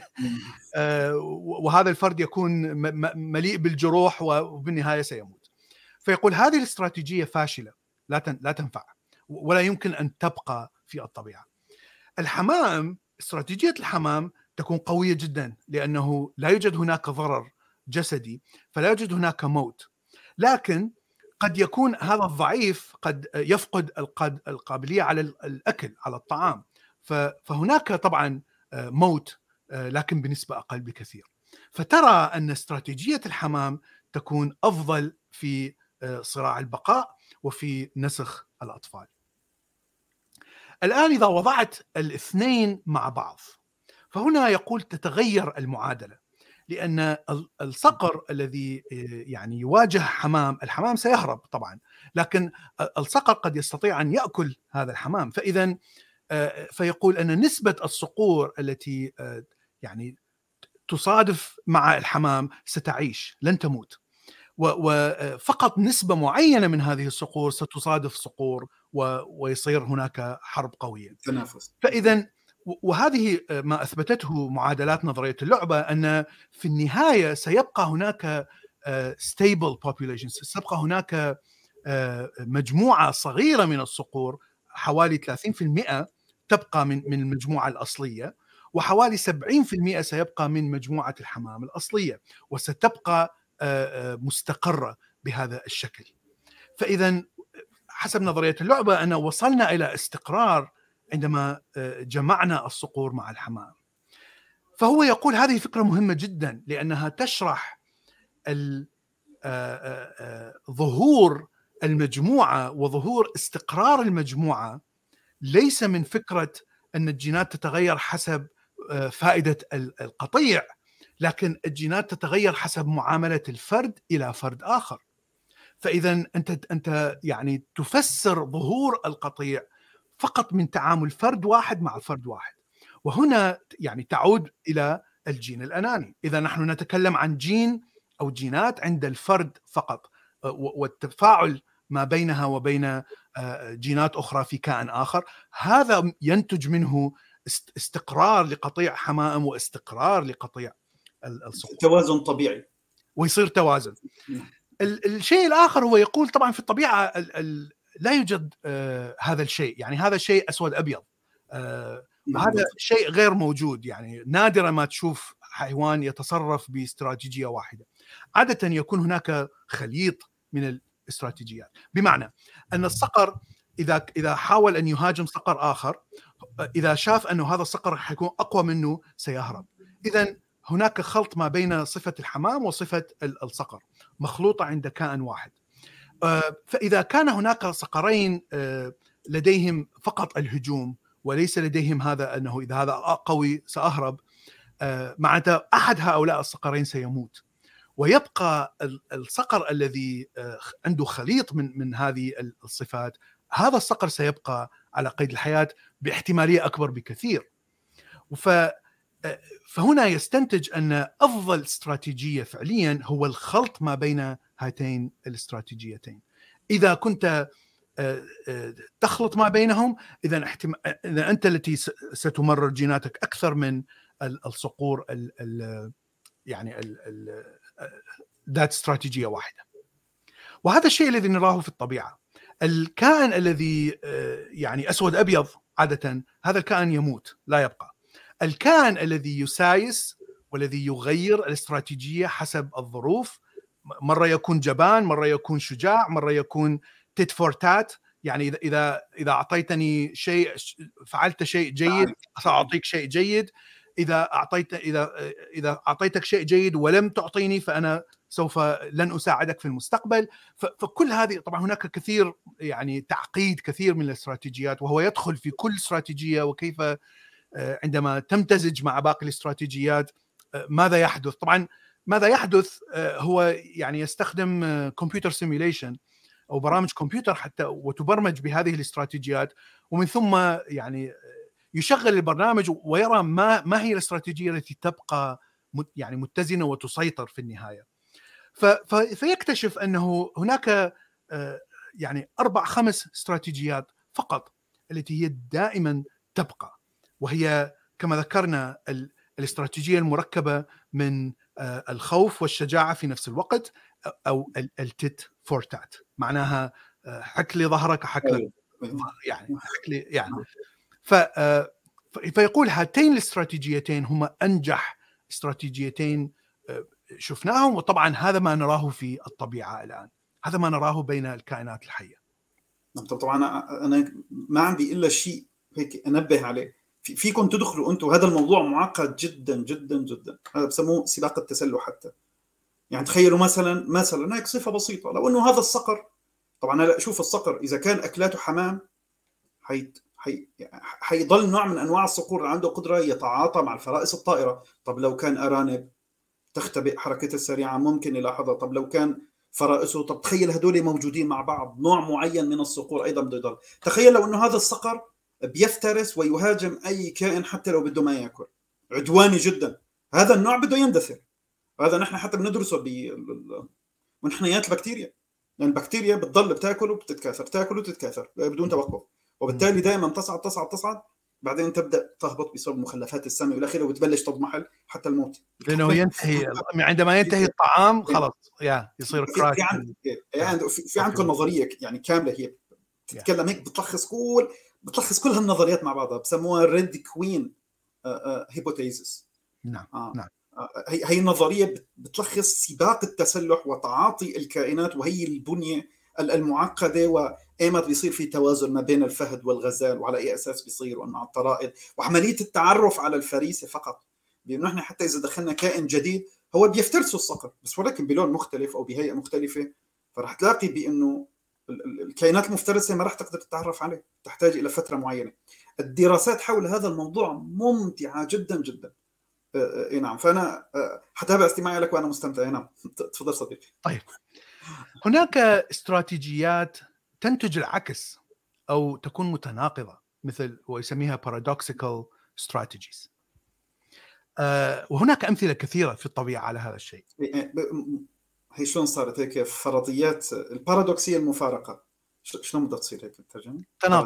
وهذا الفرد يكون مليء بالجروح وبالنهاية سيموت. فيقول هذه الاستراتيجية فاشلة، لا تنفع ولا يمكن أن تبقى في الطبيعة. الحمام، استراتيجية الحمام تكون قوية جدا، لأنه لا يوجد هناك ضرر جسدي، فلا يوجد هناك موت، لكن قد يكون هذا الضعيف قد يفقد القابلية على الأكل، على الطعام، فهناك طبعا موت، لكن بنسبة أقل بكثير. فترى أن استراتيجية الحمام تكون أفضل في صراع البقاء وفي نسخ الأطفال. الآن إذا وضعت الاثنين مع بعض، فهنا يقول تتغير المعادلة، لأن الصقر الذي يعني يواجه الحمام سيهرب طبعا، لكن الصقر قد يستطيع أن يأكل هذا الحمام. فإذا فيقول أن نسبة الصقور التي يعني تصادف مع الحمام ستعيش، لن تموت، وفقط نسبة معينة من هذه الصقور ستصادف صقور ويصير هناك حرب قوية. تنافس. فإذا وهذه ما أثبتته معادلات نظرية اللعبة، أن في النهاية سيبقى هناك stable population، سيبقى هناك مجموعة صغيرة من الصقور، حوالي 30% تبقى من المجموعة الأصلية، وحوالي 70% سيبقى من مجموعة الحمام الأصلية، وستبقى مستقرة بهذا الشكل. فإذا حسب نظرية اللعبة أن وصلنا إلى استقرار عندما جمعنا الصقور مع الحمام. فهو يقول هذه فكرة مهمة جدا، لأنها تشرح ظهور المجموعة وظهور استقرار المجموعة ليس من فكرة أن الجينات تتغير حسب فائدة القطيع، لكن الجينات تتغير حسب معاملة الفرد إلى فرد آخر. فإذا أنت يعني تفسر ظهور القطيع فقط من تعامل فرد واحد مع فرد واحد، وهنا يعني تعود إلى الجين الأناني. إذا نحن نتكلم عن جين أو جينات عند الفرد فقط، والتفاعل ما بينها وبين جينات أخرى في كائن آخر، هذا ينتج منه استقرار لقطيع حمائم واستقرار لقطيع الصقور، توازن طبيعي، ويصير توازن. الشيء الآخر هو يقول طبعا في الطبيعة لا يوجد هذا الشيء، يعني هذا شيء أسود أبيض، وهذا شيء غير موجود. يعني نادرا ما تشوف حيوان يتصرف باستراتيجية واحدة، عادة يكون هناك خليط من الاستراتيجيات، بمعنى أن الصقر إذا حاول أن يهاجم صقر آخر، إذا شاف أنه هذا الصقر حيكون أقوى منه سيهرب. إذن هناك خلط ما بين صفة الحمام وصفة الصقر مخلوطة عند كائن واحد. فإذا كان هناك صقرين لديهم فقط الهجوم وليس لديهم هذا أنه إذا هذا قوي سأهرب، معناته أحد هؤلاء الصقرين سيموت، ويبقى الصقر الذي عنده خليط من هذه الصفات، هذا الصقر سيبقى على قيد الحياة باحتمالية أكبر بكثير. فهنا يستنتج أن أفضل استراتيجية فعليا هو الخلط ما بين هاتين الاستراتيجيتين. إذا كنت تخلط ما بينهم، إذا أنت التي ستمرر جيناتك أكثر من الصقور يعني ذات استراتيجية واحدة. وهذا الشيء الذي نراه في الطبيعة. الكائن الذي يعني أسود أبيض عادة، هذا الكائن يموت لا يبقى. الكائن الذي يسايس والذي يغير الاستراتيجية حسب الظروف، مرة يكون جبان، مرة يكون شجاع، مرة يكون تيت فور تات، يعني إذا أعطيتني شيء فعلت شيء جيد سأعطيك شيء جيد، إذا أعطيتك شيء جيد ولم تعطيني فأنا سوف لن أساعدك في المستقبل. فكل هذه طبعا هناك كثير يعني تعقيد كثير من الاستراتيجيات، وهو يدخل في كل استراتيجية وكيف عندما تمتزج مع باقي الاستراتيجيات ماذا يحدث. طبعا ماذا يحدث هو يعني يستخدم كمبيوتر سيميوليشن أو برامج كمبيوتر حتى وتبرمج بهذه الاستراتيجيات، ومن ثم يعني يشغل البرنامج ويرى ما هي الاستراتيجية التي تبقى يعني متزنة وتسيطر في النهاية. فيكتشف أنه هناك يعني 4-5 استراتيجيات فقط التي هي دائما تبقى، وهي كما ذكرنا الاستراتيجية المركبة من الخوف والشجاعة في نفس الوقت، أو التيت فور تات، معناها حك لي ظهرك حك لك يعني حك لي يعني. فيقول هاتين الاستراتيجيتين هما أنجح استراتيجيتين شفناهم، وطبعا هذا ما نراه في الطبيعة الآن، هذا ما نراه بين الكائنات الحية. طبعا أنا ما عندي إلا شيء هيك أنبه عليه. فيكم تدخلوا أنتم، هذا الموضوع معقد جدا جدا جدا، هذا بسموه سباق التسلح حتى. يعني تخيلوا مثلا هيك صفة بسيطة، لو أنه هذا الصقر، طبعا هلا شوف الصقر إذا كان أكلاته حمام حيضل نوع من أنواع الصقور عنده قدرة يتعاطى مع الفرائس الطائرة. طب لو كان أرانب تختبئ حركته السريعة ممكن يلاحظها. طب لو كان فرائسه، طب تخيل هدول موجودين مع بعض، نوع معين من الصقور أيضا بده يضل. تخيل لو أنه هذا الصقر بيفترس ويهاجم أي كائن حتى لو بده ما يأكل، عدواني جدا، هذا النوع بده يندثر. هذا نحن حتى بندرسه بمنحنيات البكتيريا، لأن البكتيريا بتضل بتاكل وبتتكاثر، تاكل وتتكاثر بدون توقف، وبالتالي دائما تصعد تصعد تصعد بعدين تبدا تهبط بسبب مخلفات السامه والى اخره، وتبلش تضمحل حتى الموت، لانه ينتهي عندما ينتهي الطعام خلص يصير كراش. في عندكم نظريه يعني كامله هي بتتكلم هيك، بتلخص كل هالنظريات مع بعضها، بسموها ريد كوين هيبوتيزيس. نعم نعم. هي النظريه بتلخص سباق التسلح وتعاطي الكائنات، وهي البنيه المعقده، وايمت بيصير في توازن ما بين الفهد والغزال، وعلى اي اساس بيصير، وانه الطرائد وعمليه التعرف على الفريسه فقط، لانه احنا حتى اذا دخلنا كائن جديد هو بيفترسوا الصقر بس، ولكن بلون مختلف او بهيئه مختلفه، فرح تلاقي بانه الكائنات المفترسه ما راح تقدر تتعرف عليه، تحتاج الى فتره معينه. الدراسات حول هذا الموضوع ممتعه جدا جدا. نعم، فانا حتابع استماعي لك وانا مستمتع. نعم، تفضل صديقي. طيب، هناك استراتيجيات تنتج العكس او تكون متناقضه، مثل ويسميها paradoxical strategies. وهناك امثله كثيره في الطبيعه على هذا الشيء. هي شلون صارت هيك فرضيات البارادوكسيه المفارقه؟ شلون بدها تصير هيك الترجمه؟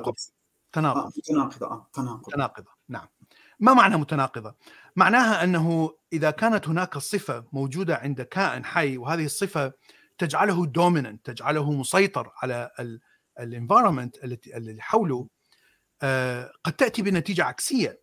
تناقضه. نعم. ما معنى متناقضه؟ معناها انه اذا كانت هناك صفه موجوده عند كائن حي، وهذه الصفه تجعله دوميننت، تجعله مسيطر على الانفايرمنت اللي حوله، قد تاتي بنتيجه عكسيه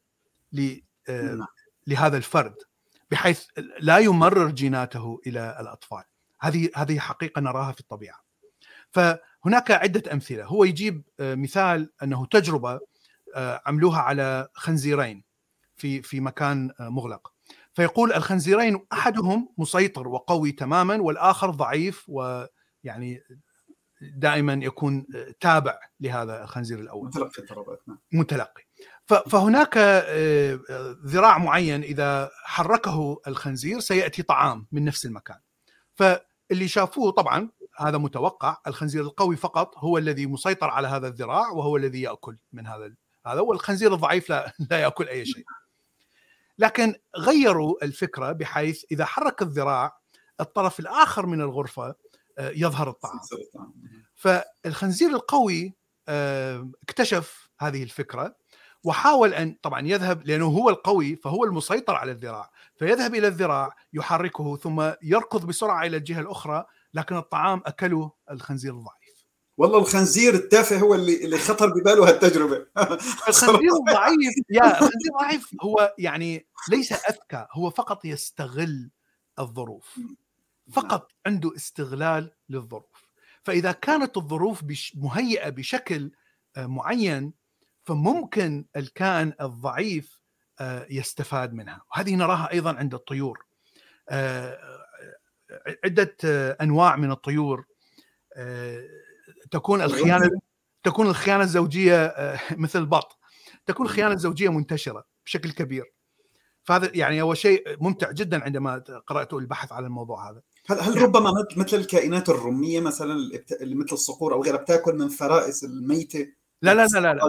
لهذا الفرد، بحيث لا يمرر جيناته الى الاطفال. هذه حقيقه نراها في الطبيعه. فهناك عده امثله. هو يجيب مثال انه تجربه عملوها على خنزيرين في مكان مغلق، فيقول الخنزيرين احدهم مسيطر وقوي تماما، والاخر ضعيف ويعني دائما يكون تابع لهذا الخنزير الاول، متلقي. فهناك ذراع معين اذا حركه الخنزير سياتي طعام من نفس المكان. فاللي شافوه طبعا هذا متوقع، الخنزير القوي فقط هو الذي مسيطر على هذا الذراع، وهو الذي ياكل من هذا، والخنزير الضعيف لا ياكل اي شيء. لكن غيروا الفكره بحيث اذا حرك الذراع الطرف الاخر من الغرفه يظهر الطعام. فالخنزير القوي اكتشف هذه الفكره، وحاول ان طبعا يذهب، لانه هو القوي فهو المسيطر على الذراع، فيذهب الى الذراع يحركه ثم يركض بسرعه الى الجهه الاخرى، لكن الطعام اكله الخنزير الضعيف. والله الخنزير التافه هو اللي خطر بباله هالتجربه. الخنزير الضعيف الخنزير الضعيف هو يعني ليس اذكى، هو فقط يستغل الظروف، فقط عنده استغلال للظروف. فاذا كانت الظروف مهيئه بشكل معين، فممكن الكائن الضعيف يستفاد منها. وهذه نراها ايضا عند الطيور. عده انواع من الطيور تكون الخيانه الزوجيه مثل البط، تكون الخيانه الزوجيه منتشره بشكل كبير. فهذا يعني هو شيء ممتع جدا عندما قرأت البحث على الموضوع هذا. هل ربما مثل الكائنات الرميه مثلا اللي مثل الصقور او غيرها بتاكل من فرائس الميته؟ لا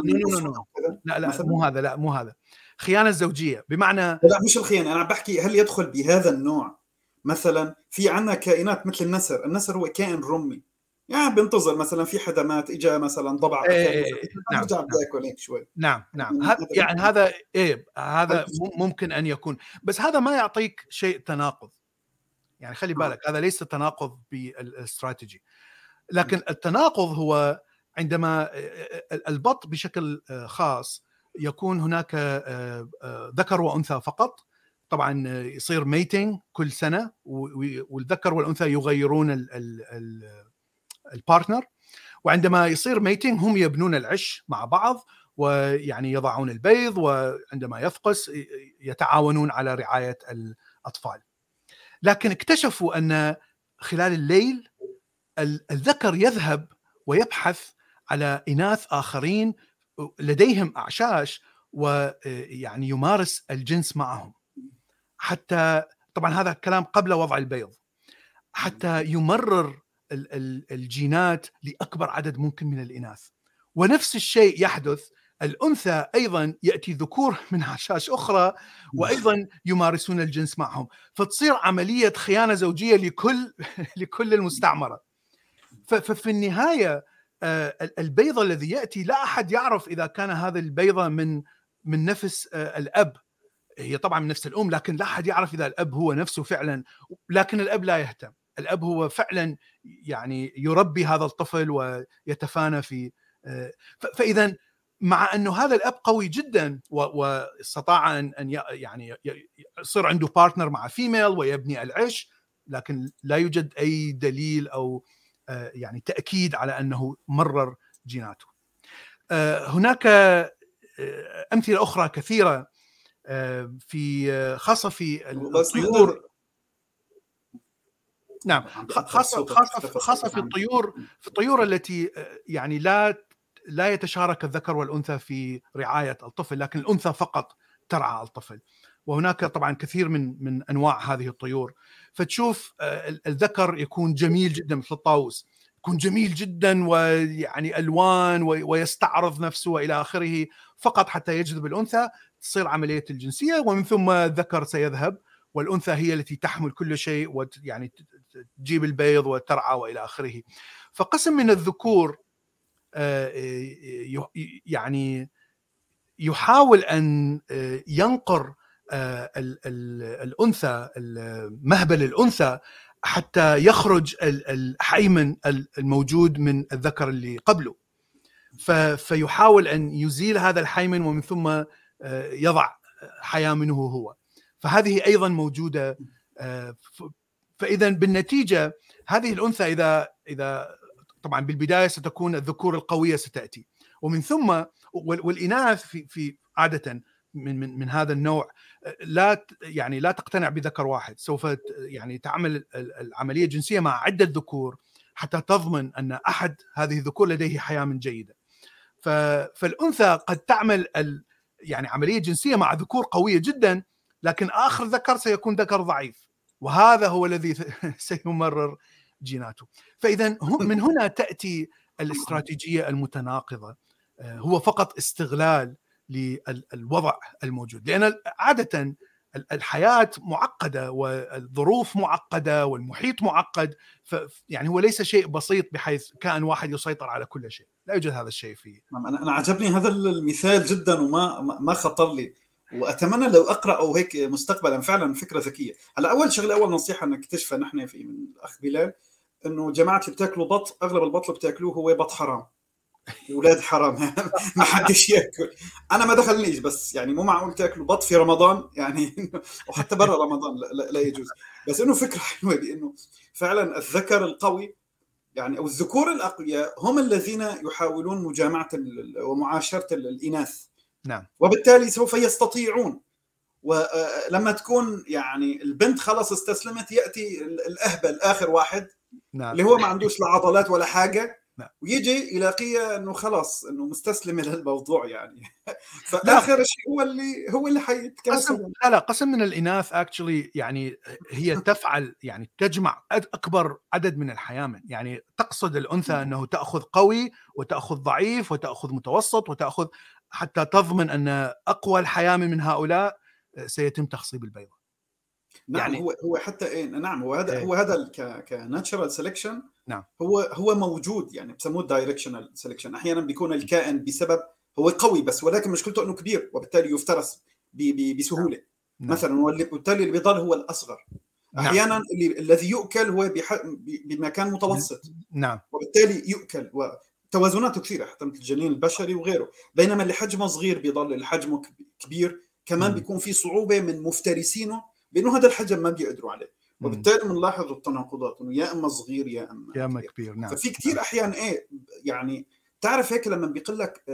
مو هذا خيانه زوجيه، بمعنى لا مش الخيانه، انا بحكي هل يدخل بهذا النوع. مثلا في عندنا كائنات مثل النسر هو كائن رمي، يعني بينتظر مثلا في حدمات اجى مثلا ضبع يرجع بياكل هيك شوي. نعم يعني هذا ممكن ان يكون، بس هذا ما يعطيك شيء تناقض. يعني خلي بالك هذا ليس تناقض بالاستراتيجي، لكن التناقض هو عندما البط بشكل خاص يكون هناك ذكر وأنثى فقط. طبعا يصير ميتينج كل سنة، والذكر والأنثى يغيرون البارتنر، وعندما يصير ميتينج هم يبنون العش مع بعض، ويعني يضعون البيض، وعندما يفقس يتعاونون على رعاية الأطفال. لكن اكتشفوا أن خلال الليل الذكر يذهب ويبحث على إناث آخرين لديهم أعشاش، ويعني يمارس الجنس معهم، حتى طبعا هذا الكلام قبل وضع البيض، حتى يمرر الجينات لأكبر عدد ممكن من الإناث. ونفس الشيء يحدث، الأنثى أيضا يأتي ذكور من أعشاش أخرى وأيضا يمارسون الجنس معهم، فتصير عملية خيانة زوجية لكل المستعمرة. ففي النهاية البيضة الذي يأتي لا أحد يعرف إذا كان هذا البيضة من من نفس الأب، هي طبعا من نفس الأم، لكن لا أحد يعرف إذا الأب هو نفسه فعلا، لكن الأب لا يهتم. الأب هو فعلا يعني يربي هذا الطفل ويتفانى في فإذا مع أنه هذا الأب قوي جدا واستطاع أن يعني يصير عنده بارتنر مع فيميل ويبني العش، لكن لا يوجد أي دليل أو يعني تأكيد على أنه مرر جيناته. هناك أمثلة أخرى كثيرة في خاصة في الطيور. نعم، خاصة في الطيور التي يعني لا يتشارك الذكر والأنثى في رعاية الطفل، لكن الأنثى فقط ترعى الطفل. وهناك طبعا كثير من أنواع هذه الطيور، فتشوف الذكر يكون جميل جدا مثل الطاووس، يكون جميل جدا ويعني ألوان ويستعرض نفسه وإلى آخره، فقط حتى يجذب الأنثى، تصير عملية الجنسية، ومن ثم الذكر سيذهب والأنثى هي التي تحمل كل شيء ويعني تجيب البيض وترعى وإلى آخره. فقسم من الذكور يعني يحاول أن ينقر الأنثى، مهبل الأنثى، حتى يخرج الحيمن الموجود من الذكر اللي قبله، فيحاول أن يزيل هذا الحيمن ومن ثم يضع حياة منه هو. فهذه أيضا موجودة. فإذا بالنتيجة هذه الأنثى إذا طبعا بالبداية ستكون الذكور القوية ستأتي، ومن ثم والإناث في عادة من هذا النوع لا تقتنع بذكر واحد، سوف يعني تعمل العملية الجنسية مع عدة ذكور حتى تضمن أن أحد هذه الذكور لديه حياة من جيدة. فالأنثى قد تعمل يعني عملية جنسية مع ذكور قوية جدا، لكن آخر ذكر سيكون ذكر ضعيف، وهذا هو الذي سيمرر جيناته. فإذا من هنا تأتي الاستراتيجية المتناقضة، هو فقط استغلال للوضع الموجود، لأن عادة الحياة معقدة والظروف معقدة والمحيط معقد، يعني هو ليس شيء بسيط بحيث كائن واحد يسيطر على كل شيء، لا يوجد هذا الشيء فيه. أنا عجبني هذا المثال جدا وما خطر لي، وأتمنى لو أقرأ أو هيك مستقبلا. فعلا فكرة ذكية. هلا أول شغلة، أول نصيحة نكتشفها نحن في من الأخ بلال، إنه جماعة اللي بتاكلوا بط، أغلب البط اللي بتاكلوه هو بط حرام، أولاد حرام. ما حدش يأكل. أنا ما دخلنيش، بس يعني مو معقول تأكلوا بط في رمضان يعني، وحتى برا رمضان لا يجوز. بس إنه فكرة حلوة، بإنه فعلا الذكر القوي يعني أو الذكور الأقوياء هم الذين يحاولون مجامعة ومعاشرة الإناث. نعم. وبالتالي سوف يستطيعون. ولما تكون يعني البنت خلص استسلمت، يأتي الأهبل آخر واحد، نعم. اللي هو ما عندوش لا عضلات ولا حاجة، نعم. ويجي يلاقيه انه خلاص انه مستسلم للموضوع يعني. فاخر شيء هو اللي حيتكاسل. قسم من الاناث اكشلي يعني هي تفعل يعني تجمع اكبر عدد من الحيامن، يعني تقصد الانثى انه تاخذ قوي وتاخذ ضعيف وتاخذ متوسط وتاخذ حتى تضمن ان اقوى الحيامن من هؤلاء سيتم تخصيب البيضة. نعم. يعني هو حتى نعم، هو هذا كناتشرال سيلكشن. نعم. هو موجود، يعني بسموه دايركشنال سيلكشن. احيانا بيكون الكائن بسبب هو قوي بس، ولكن مشكلته انه كبير وبالتالي يفترس بسهوله. نعم. مثلا وبالتالي اللي بيضل هو الاصغر. احيانا نعم. الذي يؤكل هو بمكان متوسط. نعم. وبالتالي يؤكل، وتوازناته كثيره حتى مثل الجنين البشري وغيره. بينما اللي حجمه صغير بيضل اللي حجمه كبير كمان. بيكون في صعوبه من مفترسينه بانه هذا الحجم ما بيقدروا عليه، وبالتالي بنلاحظ التناقضات انه يا اما صغير يا اما كبير. نعم. ففي كثير احيان يعني تعرف هيك لما بيقول لك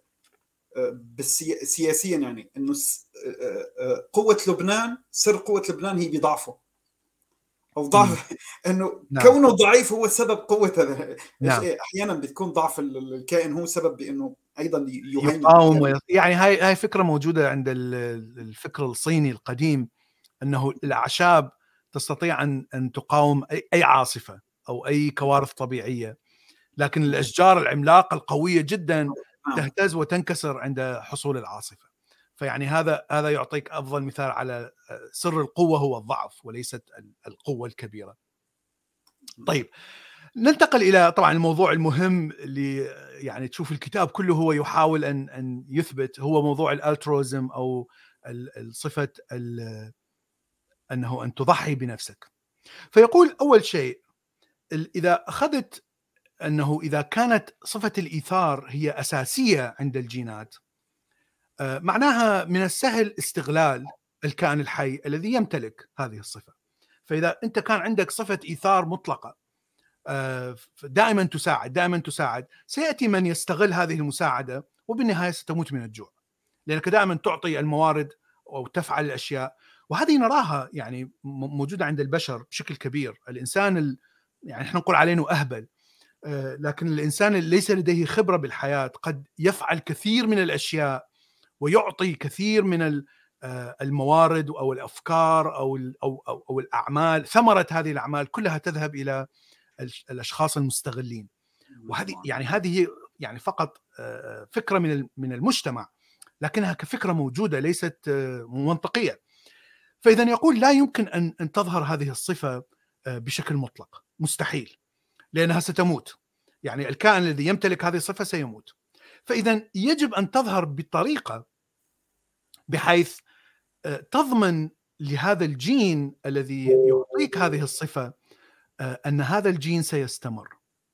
سياسيا يعني انه قوه لبنان، سر قوه لبنان هي بضعفه او ضعف انه نعم. كونه ضعيف هو سبب قوه هذا. نعم. احيانا بتكون ضعف الكائن هو سبب بانه ايضا يقاوم. يعني هاي فكره موجوده عند الفكر الصيني القديم، أنه الأعشاب تستطيع أن تقاوم أي عاصفة أو أي كوارث طبيعية، لكن الأشجار العملاقة القوية جدا تهتز وتنكسر عند حصول العاصفة. فيعني هذا يعطيك أفضل مثال على سر القوة هو الضعف وليست القوة الكبيرة. طيب ننتقل إلى طبعا الموضوع المهم اللي يعني تشوف الكتاب كله هو يحاول أن يثبت، هو موضوع الالتروزم أو الصفة أنه أن تضحي بنفسك. فيقول أول شيء إذا أخذت أنه إذا كانت صفة الإيثار هي أساسية عند الجينات، معناها من السهل استغلال الكائن الحي الذي يمتلك هذه الصفة. فإذا أنت كان عندك صفة إيثار مطلقة دائما تساعد، سيأتي من يستغل هذه المساعدة وبالنهاية ستموت من الجوع، لأنك دائما تعطي الموارد أو تفعل الأشياء. وهذه نراها يعني موجودة عند البشر بشكل كبير. الإنسان يعني احنا نقول عليه انه أهبل، لكن الإنسان اللي ليس لديه خبرة بالحياة قد يفعل كثير من الأشياء ويعطي كثير من الموارد أو الأفكار أو الأعمال. ثمرة هذه الأعمال كلها تذهب إلى الأشخاص المستغلين. وهذه هذه يعني فقط فكرة من المجتمع، لكنها كفكرة موجودة ليست منطقية. فإذا يقول لا يمكن أن تظهر هذه الصفة بشكل مطلق، مستحيل، لأنها ستموت. يعني الكائن الذي يمتلك هذه الصفة سيموت. فإذا يجب أن تظهر بطريقة بحيث تضمن لهذا الجين الذي يعطيك هذه الصفة أن هذا الجين سيستمر.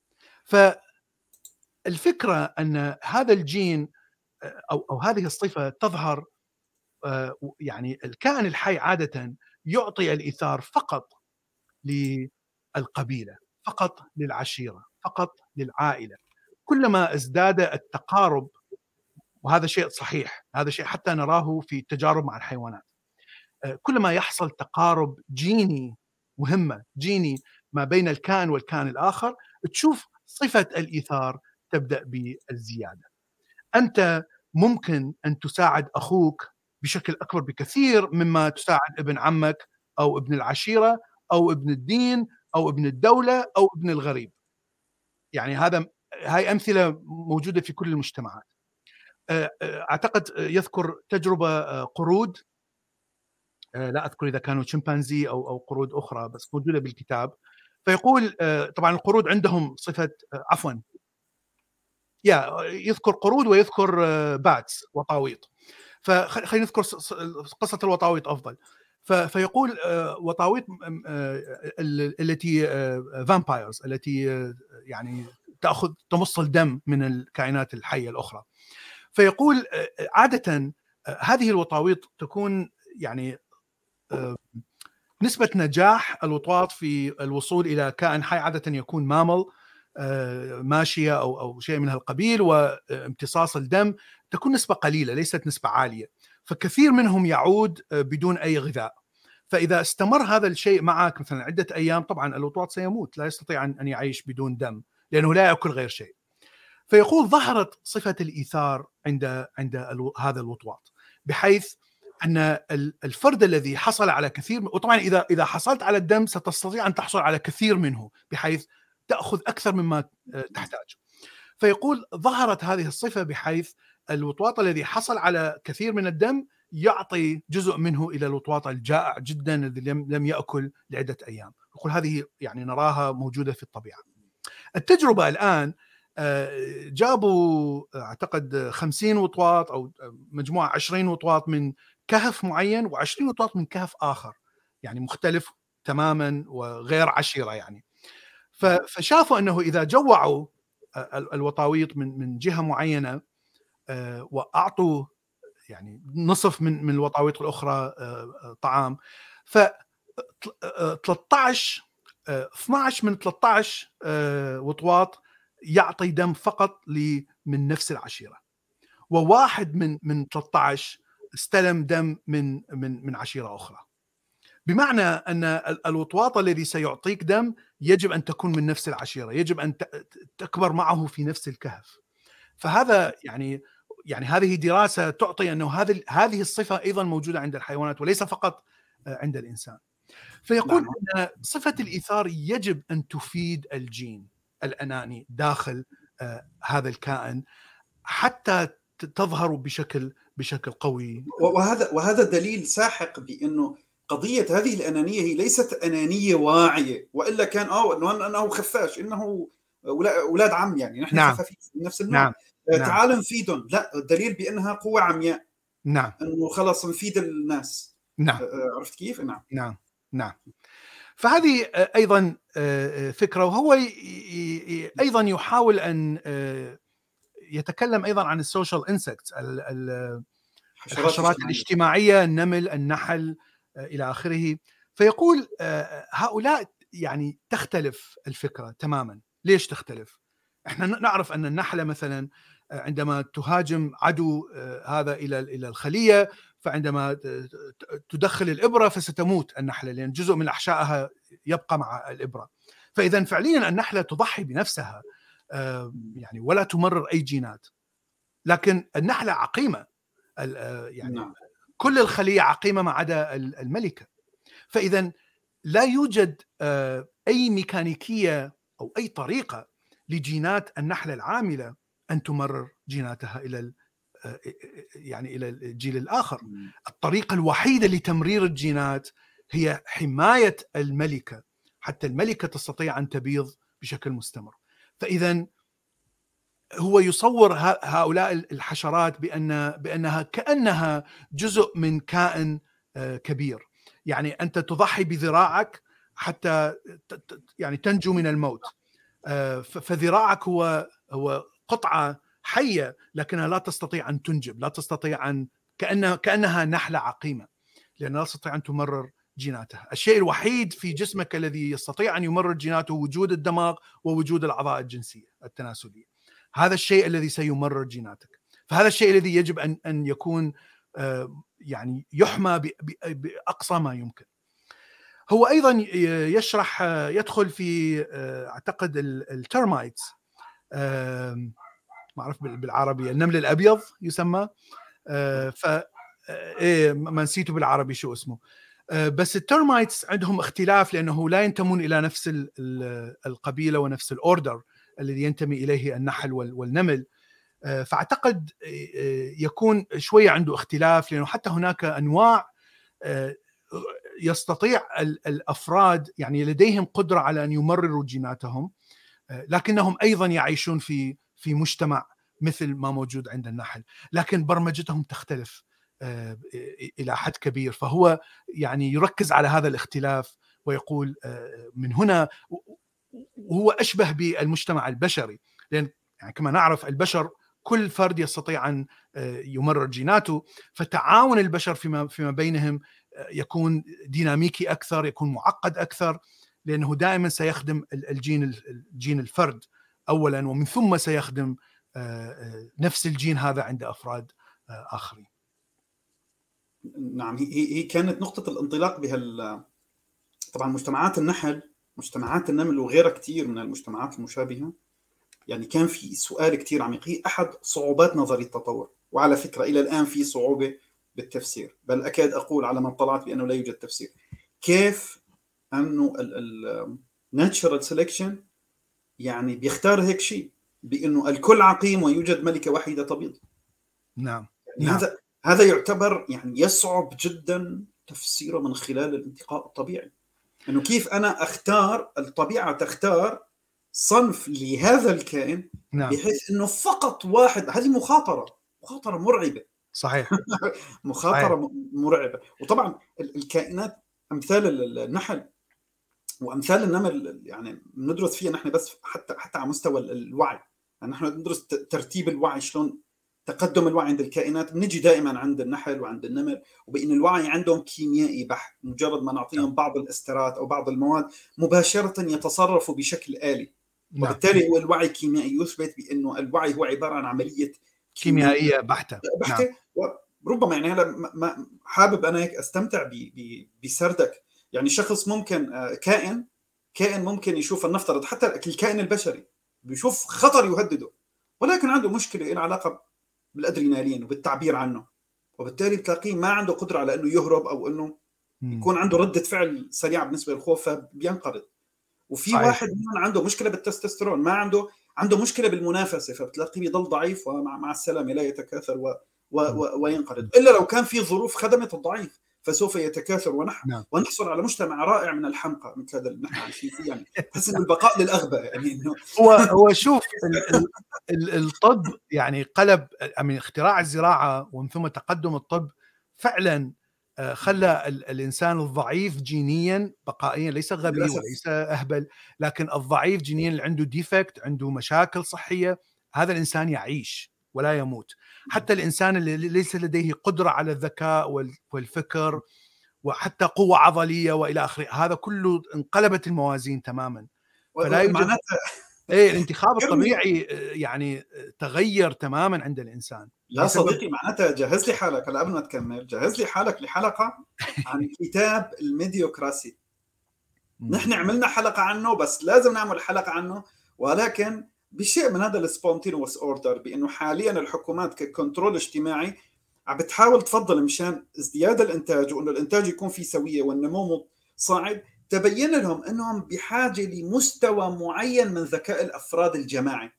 فالفكرة أن هذا الجين أو هذه الصفة تظهر، يعني الكائن الحي عادة يعطي الإيثار فقط للقبيلة، فقط للعشيرة، فقط للعائلة. كلما ازداد التقارب، وهذا شيء صحيح، هذا شيء حتى نراه في التجارب مع الحيوانات، كلما يحصل تقارب جيني مهمة جيني ما بين الكائن والكائن الآخر، تشوف صفة الإيثار تبدأ بالزيادة. أنت ممكن أن تساعد أخوك بشكل أكبر بكثير مما تساعد ابن عمك أو ابن العشيرة أو ابن الدين أو ابن الدولة أو ابن الغريب. يعني هاي أمثلة موجودة في كل المجتمعات. أعتقد يذكر تجربة قرود، لا أذكر إذا كانوا شمبانزي أو قرود أخرى، بس موجودة بالكتاب. فيقول طبعا القرود عندهم صفة عفوا يذكر قرود ويذكر باتس وطاويط. فخلينا نذكر قصة الوطاويط أفضل. فيقول وطاويط التي فامبايرز، التي يعني تمص الدم من الكائنات الحية الأخرى. فيقول عادة هذه الوطاويط تكون يعني نسبة نجاح الوطواط في الوصول إلى كائن حي عادة يكون مامل، ماشية أو شيء من هالقبيل، وامتصاص الدم تكون نسبة قليلة، ليست نسبة عالية. فكثير منهم يعود بدون أي غذاء. فإذا استمر هذا الشيء معك مثلا عدة أيام، طبعا الوطواط سيموت، لا يستطيع أن يعيش بدون دم لأنه لا يأكل غير شيء. فيقول ظهرت صفة الإيثار عند هذا الوطواط، بحيث أن الفرد الذي حصل على كثير، وطبعا إذا حصلت على الدم ستستطيع أن تحصل على كثير منه بحيث تأخذ أكثر مما تحتاج. فيقول ظهرت هذه الصفة بحيث الوطواط الذي حصل على كثير من الدم يعطي جزء منه إلى الوطواط الجائع جدا الذي لم يأكل لعدة أيام. يقول هذه يعني نراها موجودة في الطبيعة. التجربة الآن جابوا أعتقد 50 وطواط أو مجموعة 20 وطواط من كهف معين و20 وطواط من كهف آخر، يعني مختلف تماما وغير عشيرة يعني. فشافوا أنه إذا جوعوا الوطاويط من جهة معينة وأعطوا يعني نصف من الوطاويط الأخرى طعام، ف 12 من 13 وطواط يعطي دم فقط من نفس العشيرة، وواحد من 13 استلم دم من عشيرة أخرى. بمعنى أن الوطواط الذي سيعطيك دم يجب أن تكون من نفس العشيرة، يجب أن تكبر معه في نفس الكهف. فهذا يعني هذه دراسة تعطي أنه هذه الصفة أيضا موجودة عند الحيوانات وليس فقط عند الإنسان. فيقول أن صفة الإيثار يجب أن تفيد الجين الأناني داخل هذا الكائن حتى تظهر بشكل قوي. وهذا دليل ساحق بأنه قضية هذه الأنانية هي ليست أنانية واعية، وإلا كان أنه خفاش، إنه أولاد عم، يعني نحن نعم. خفافين من نفس النوع. نعم. نعم. تعال نفيدهم، لا، الدليل بأنها قوة عمياء. نعم. إنه خلاص نفيد الناس. نعم. عرفت كيف؟ نعم. نعم. نعم. فهذه أيضا فكرة. وهو أيضا يحاول أن يتكلم أيضا عن السوشيال انسكتس، الحشرات الاجتماعية، النمل، النحل إلى آخره. فيقول هؤلاء يعني تختلف الفكرة تماما. ليش تختلف؟ احنا نعرف أن النحلة مثلا عندما تهاجم عدو هذا إلى الخلية، فعندما تدخل الإبرة فستموت النحلة، لأن جزء من أحشائها يبقى مع الإبرة. فإذا فعليا النحلة تضحي بنفسها يعني ولا تمرر أي جينات. لكن النحلة عقيمة، يعني نعم. كل الخلية عقيمة ما عدا الملكة. فإذا لا يوجد أي ميكانيكية أو أي طريقة لجينات النحلة العاملة أن تمرر جيناتها إلى يعني إلى الجيل الآخر. الطريقة الوحيدة لتمرير الجينات هي حماية الملكة، حتى الملكة تستطيع أن تبيض بشكل مستمر. فإذا هو يصور هؤلاء الحشرات بأنها كأنها جزء من كائن كبير. يعني أنت تضحي بذراعك حتى يعني تنجو من الموت. فذراعك هو قطعة حية، لكنها لا تستطيع أن تنجب، لا تستطيع أن كأنها نحلة عقيمة، لأنها لا تستطيع أن تمرر جيناتها. الشيء الوحيد في جسمك الذي يستطيع أن يمرر جيناته وجود الدماغ ووجود الأعضاء الجنسية التناسلية. هذا الشيء الذي سيمرر جيناتك. فهذا الشيء الذي يجب أن يكون يعني يحمى بأقصى ما يمكن. هو أيضا يشرح، يدخل في أعتقد الترمايتس، ما أعرف بالعربي، النمل الأبيض يسمى، ما نسيته بالعربي شو اسمه. بس الترمايتس عندهم اختلاف لأنه لا ينتمون إلى نفس القبيلة ونفس الأوردر الذي ينتمي إليه النحل والنمل. فأعتقد يكون شوية عنده اختلاف، لأنه حتى هناك أنواع يستطيع الأفراد يعني لديهم قدرة على أن يمرروا جيناتهم، لكنهم أيضا يعيشون في مجتمع مثل ما موجود عند النحل، لكن برمجتهم تختلف إلى حد كبير. فهو يعني يركز على هذا الاختلاف ويقول من هنا وهو أشبه بالمجتمع البشري، لأن يعني كما نعرف البشر كل فرد يستطيع أن يمرر جيناته، فتعاون البشر فيما بينهم يكون ديناميكي أكثر، يكون معقد أكثر، لأنه دائما سيخدم الجين الفرد أولا، ومن ثم سيخدم نفس الجين هذا عند أفراد آخرين. نعم، هي كانت نقطة الانطلاق طبعا مجتمعات النحل، مجتمعات النمل وغيرها كتير من المجتمعات المشابهة. يعني كان في سؤال كتير عميق، هي أحد صعوبات نظرية التطور، وعلى فكرة إلى الآن في صعوبة بالتفسير، بل أكاد أقول على ما اطلعت بأنه لا يوجد تفسير. كيف أنه natural selection يعني بيختار هيك شيء، بأنه الكل عقيم ويوجد ملكة وحيدة تبيض. نعم. يعني نعم. هذا يعتبر يعني يصعب جدا تفسيره من خلال الانتقاء الطبيعي. انه كيف انا اختار، الطبيعه تختار صنف لهذا الكائن، نعم. بحيث انه فقط واحد. هذه مخاطره مرعبه. صحيح. مخاطره صحيح. مرعبه. وطبعا الكائنات امثال النحل وامثال النمل يعني ندرس فيها نحن بس حتى على مستوى الوعي. يعني نحن ندرس ترتيب الوعي، شلون تقدم الوعي عند الكائنات، بنجي دائما عند النحل وعند النمل، وبأن الوعي عندهم كيميائي بحت. مجرد ما نعطيهم بعض الاسترات أو بعض المواد مباشرة يتصرفوا بشكل آلي. وبالتالي هو الوعي كيميائي، يثبت بأنه الوعي هو عبارة عن عملية كيميائية بحتة. نعم. وربما يعني هلا ما حابب أنا هيك أستمتع بسردك. يعني شخص ممكن كائن ممكن يشوف، نفترض حتى الكائن البشري بيشوف خطر يهدده، ولكن عنده مشكلة إلى علاقة بالأدرينالين وبالتعبير عنه، وبالتالي بتلاقيه ما عنده قدرة على أنه يهرب أو أنه يكون عنده ردة فعل سريعة بالنسبة للخوف، فبينقرض. وفي صحيح. واحد عنده مشكلة بالتستوستيرون، ما عنده مشكلة بالمنافسة، فبتلاقيه بيضل ضعيف ومع السلامة لا يتكاثر وينقرض، إلا لو كان في ظروف خدمت الضعيف. فسوف يتكاثر ونحصل على مجتمع رائع من الحمقى مثل هذا اللي نحن عايشين فيه. يعني تحس انه البقاء للاغبى، يعني انه هو شوف الطب يعني قلب من اختراع الزراعه ومن ثم تقدم الطب فعلا خلى الانسان الضعيف جينيا بقائيا، ليس غبي وليس اهبل، لكن الضعيف جينيا اللي عنده ديفكت، عنده مشاكل صحيه، هذا الانسان يعيش ولا يموت. حتى الانسان اللي ليس لديه قدره على الذكاء والفكر وحتى قوه عضليه والى اخره، هذا كله انقلبت الموازين تماما. فلا يوجد الانتخاب الطبيعي يعني تغير تماما عند الانسان. لا صديقي، معناتها جهز لي حالك هلا قبل ما تكمل، جهز لي حالك لحلقه عن كتاب الميديوكراسي. نحن عملنا حلقه عنه، بس لازم نعمل حلقه عنه، ولكن بشيء من هذا السبونتينوس اوردر، بانه حاليا الحكومات ككنترول اجتماعي عم بتحاول تفضل مشان ازدياد الانتاج وانه الانتاج يكون فيه سويه والنمو صاعد، تبين لهم انهم بحاجه لمستوى معين من ذكاء الافراد الجماعي.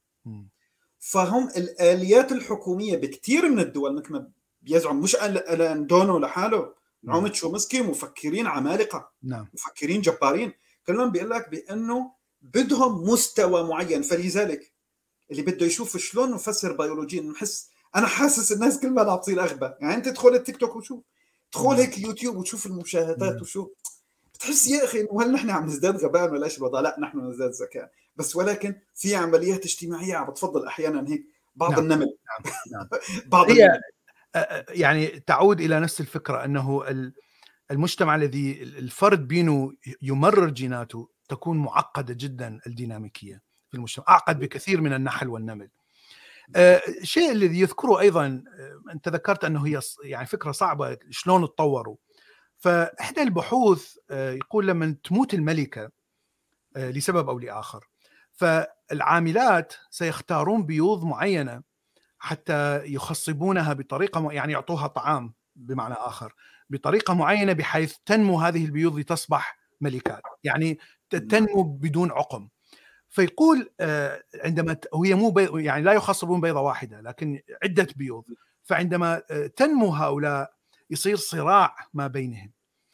فهم الاليات الحكوميه بكثير من الدول مثل ما بيزعم، مش الان دونو لحاله، نعومة شومسكي، مفكرين عمالقه، مفكرين جبارين، كلهم بيقول لك بانه بدهم مستوى معين. فلذلك اللي بده يشوف شلون نفسر بيولوجيا، انا حاسس الناس كل ما عم تصير اغبى. يعني انت تدخل التيك توك وشوف، تدخل هيك يوتيوب وتشوف المشاهدات وشوف، بتحس يا اخي وهل نحن عم نزداد غباء ولا ايش الوضع؟ لا، نحن نزداد ذكاء بس، ولكن في عمليات اجتماعيه عم بتفضل احيانا هيك بعض النمل. بعض هي يعني تعود الى نفس الفكره، انه المجتمع الذي الفرد بينه يمرر جيناته تكون معقده جدا الديناميكيه في المجتمع، اعقد بكثير من النحل والنمل. الشيء الذي يذكره ايضا، انت ذكرت انه هي يعني فكره صعبه شلون تطوروا. فاحدى البحوث يقول لما تموت الملكه لسبب او لاخر، فالعاملات سيختارون بيوض معينه حتى يخصبونها بطريقه يعني يعطوها طعام بمعنى اخر بطريقه معينه بحيث تنمو هذه البيوض لتصبح ملكات، يعني تنمو بدون عقم. فيقول عندما هي مو يعني لا يخصبون بيضه واحده لكن عده بيوض، فعندما تنمو هؤلاء يصير صراع ما بينهم،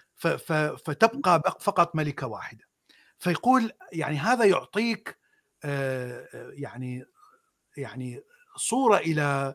فتبقى فقط ملكه واحده. فيقول يعني هذا يعطيك يعني صوره الى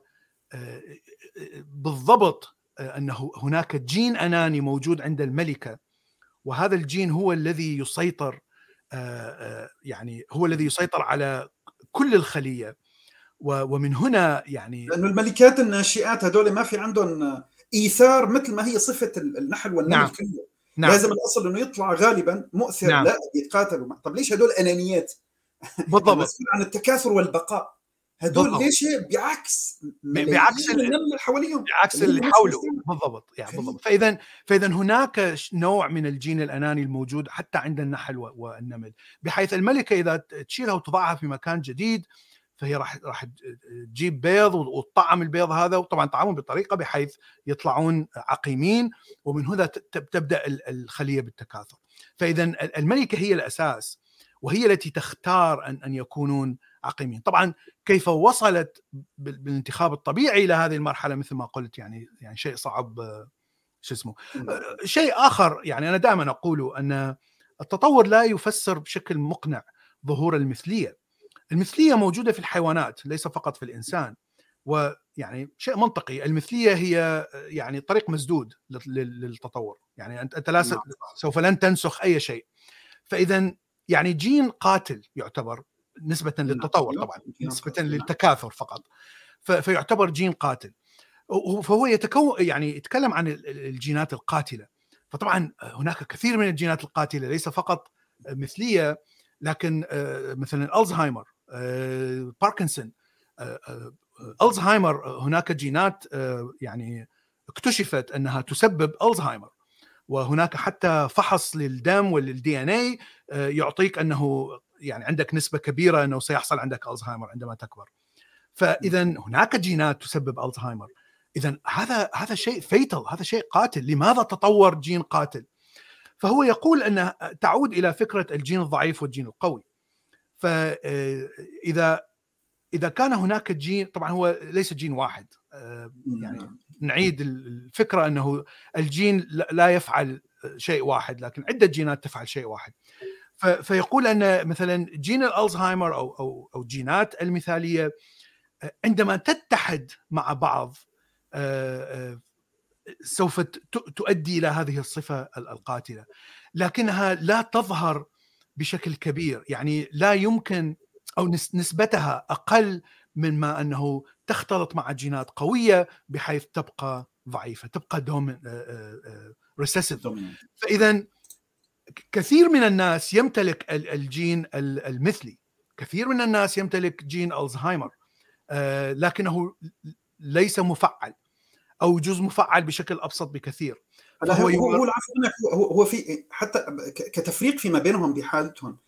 بالضبط انه هناك جين اناني موجود عند الملكه، وهذا الجين هو الذي يسيطر، يعني هو الذي يسيطر على كل الخليه. ومن هنا يعني لانه الملكات الناشئات هذول ما في عندهم ايثار مثل ما هي صفه النحل والنمل كله. لازم الاصل انه يطلع غالبا مؤثر، لا يتقاتلوا. طب ليش هذول انانيات؟ بالضبط. مسؤول عن التكاثر والبقاء، هذول ليش بعكس النمل اللي حواليهم، بعكس اللي حوله. بالضبط يعني بالضبط. فاذا هناك نوع من الجين الاناني الموجود حتى عند النحل والنمل، بحيث الملكه اذا تشيلها وتضعها في مكان جديد فهي راح تجيب بيض وتطعم البيض هذا، وطبعا طعمهم بطريقه بحيث يطلعون عقيمين، ومن هنا تبدا الخليه بالتكاثر. فاذا الملكه هي الاساس، وهي التي تختار ان يكونون عقيمين. طبعا كيف وصلت بالانتخاب الطبيعي الى هذه المرحله مثل ما قلت يعني شيء صعب. شيء اخر يعني انا دائما اقوله ان التطور لا يفسر بشكل مقنع ظهور المثليه. المثليه موجوده في الحيوانات ليس فقط في الانسان، ويعني شيء منطقي. المثليه هي يعني طريق مسدود للتطور، يعني انت لا سوف لن تنسخ اي شيء. فاذا يعني جين قاتل يعتبر نسبة للتطور، طبعا نسبة للتكاثر فقط، فيعتبر جين قاتل. فهو يعني يتكلم عن الجينات القاتلة. فطبعا هناك كثير من الجينات القاتلة ليس فقط مثلية، لكن مثلا الزهايمر، باركنسون، الزهايمر هناك جينات يعني اكتشفت انها تسبب الزهايمر، وهناك حتى فحص للدم والدي ان اي يعطيك انه يعني عندك نسبه كبيره انه سيحصل عندك الزهايمر عندما تكبر. فاذا هناك جينات تسبب الزهايمر. اذا هذا شيء فيتل، هذا شيء قاتل. لماذا تطور جين قاتل؟ فهو يقول ان تعود الى فكره الجين الضعيف والجين القوي. فاذا كان هناك جين، طبعا هو ليس جين واحد، يعني نعيد الفكرة أنه الجين لا يفعل شيء واحد، لكن عدة جينات تفعل شيء واحد. فيقول أن مثلا جين الألزهايمر أو جينات المثالية عندما تتحد مع بعض سوف تؤدي إلى هذه الصفة القاتلة، لكنها لا تظهر بشكل كبير. يعني لا يمكن، أو نسبتها أقل من ما أنه تختلط مع جينات قوية بحيث تبقى ضعيفة، تبقى ريسيسيف. فإذا كثير من الناس يمتلك الجين المثلي، كثير من الناس يمتلك جين ألزهايمر، لكنه ليس مفعل أو جزء مفعل بشكل أبسط بكثير. هو العفو هو في حتى كتفريق فيما بينهم بحالتهم،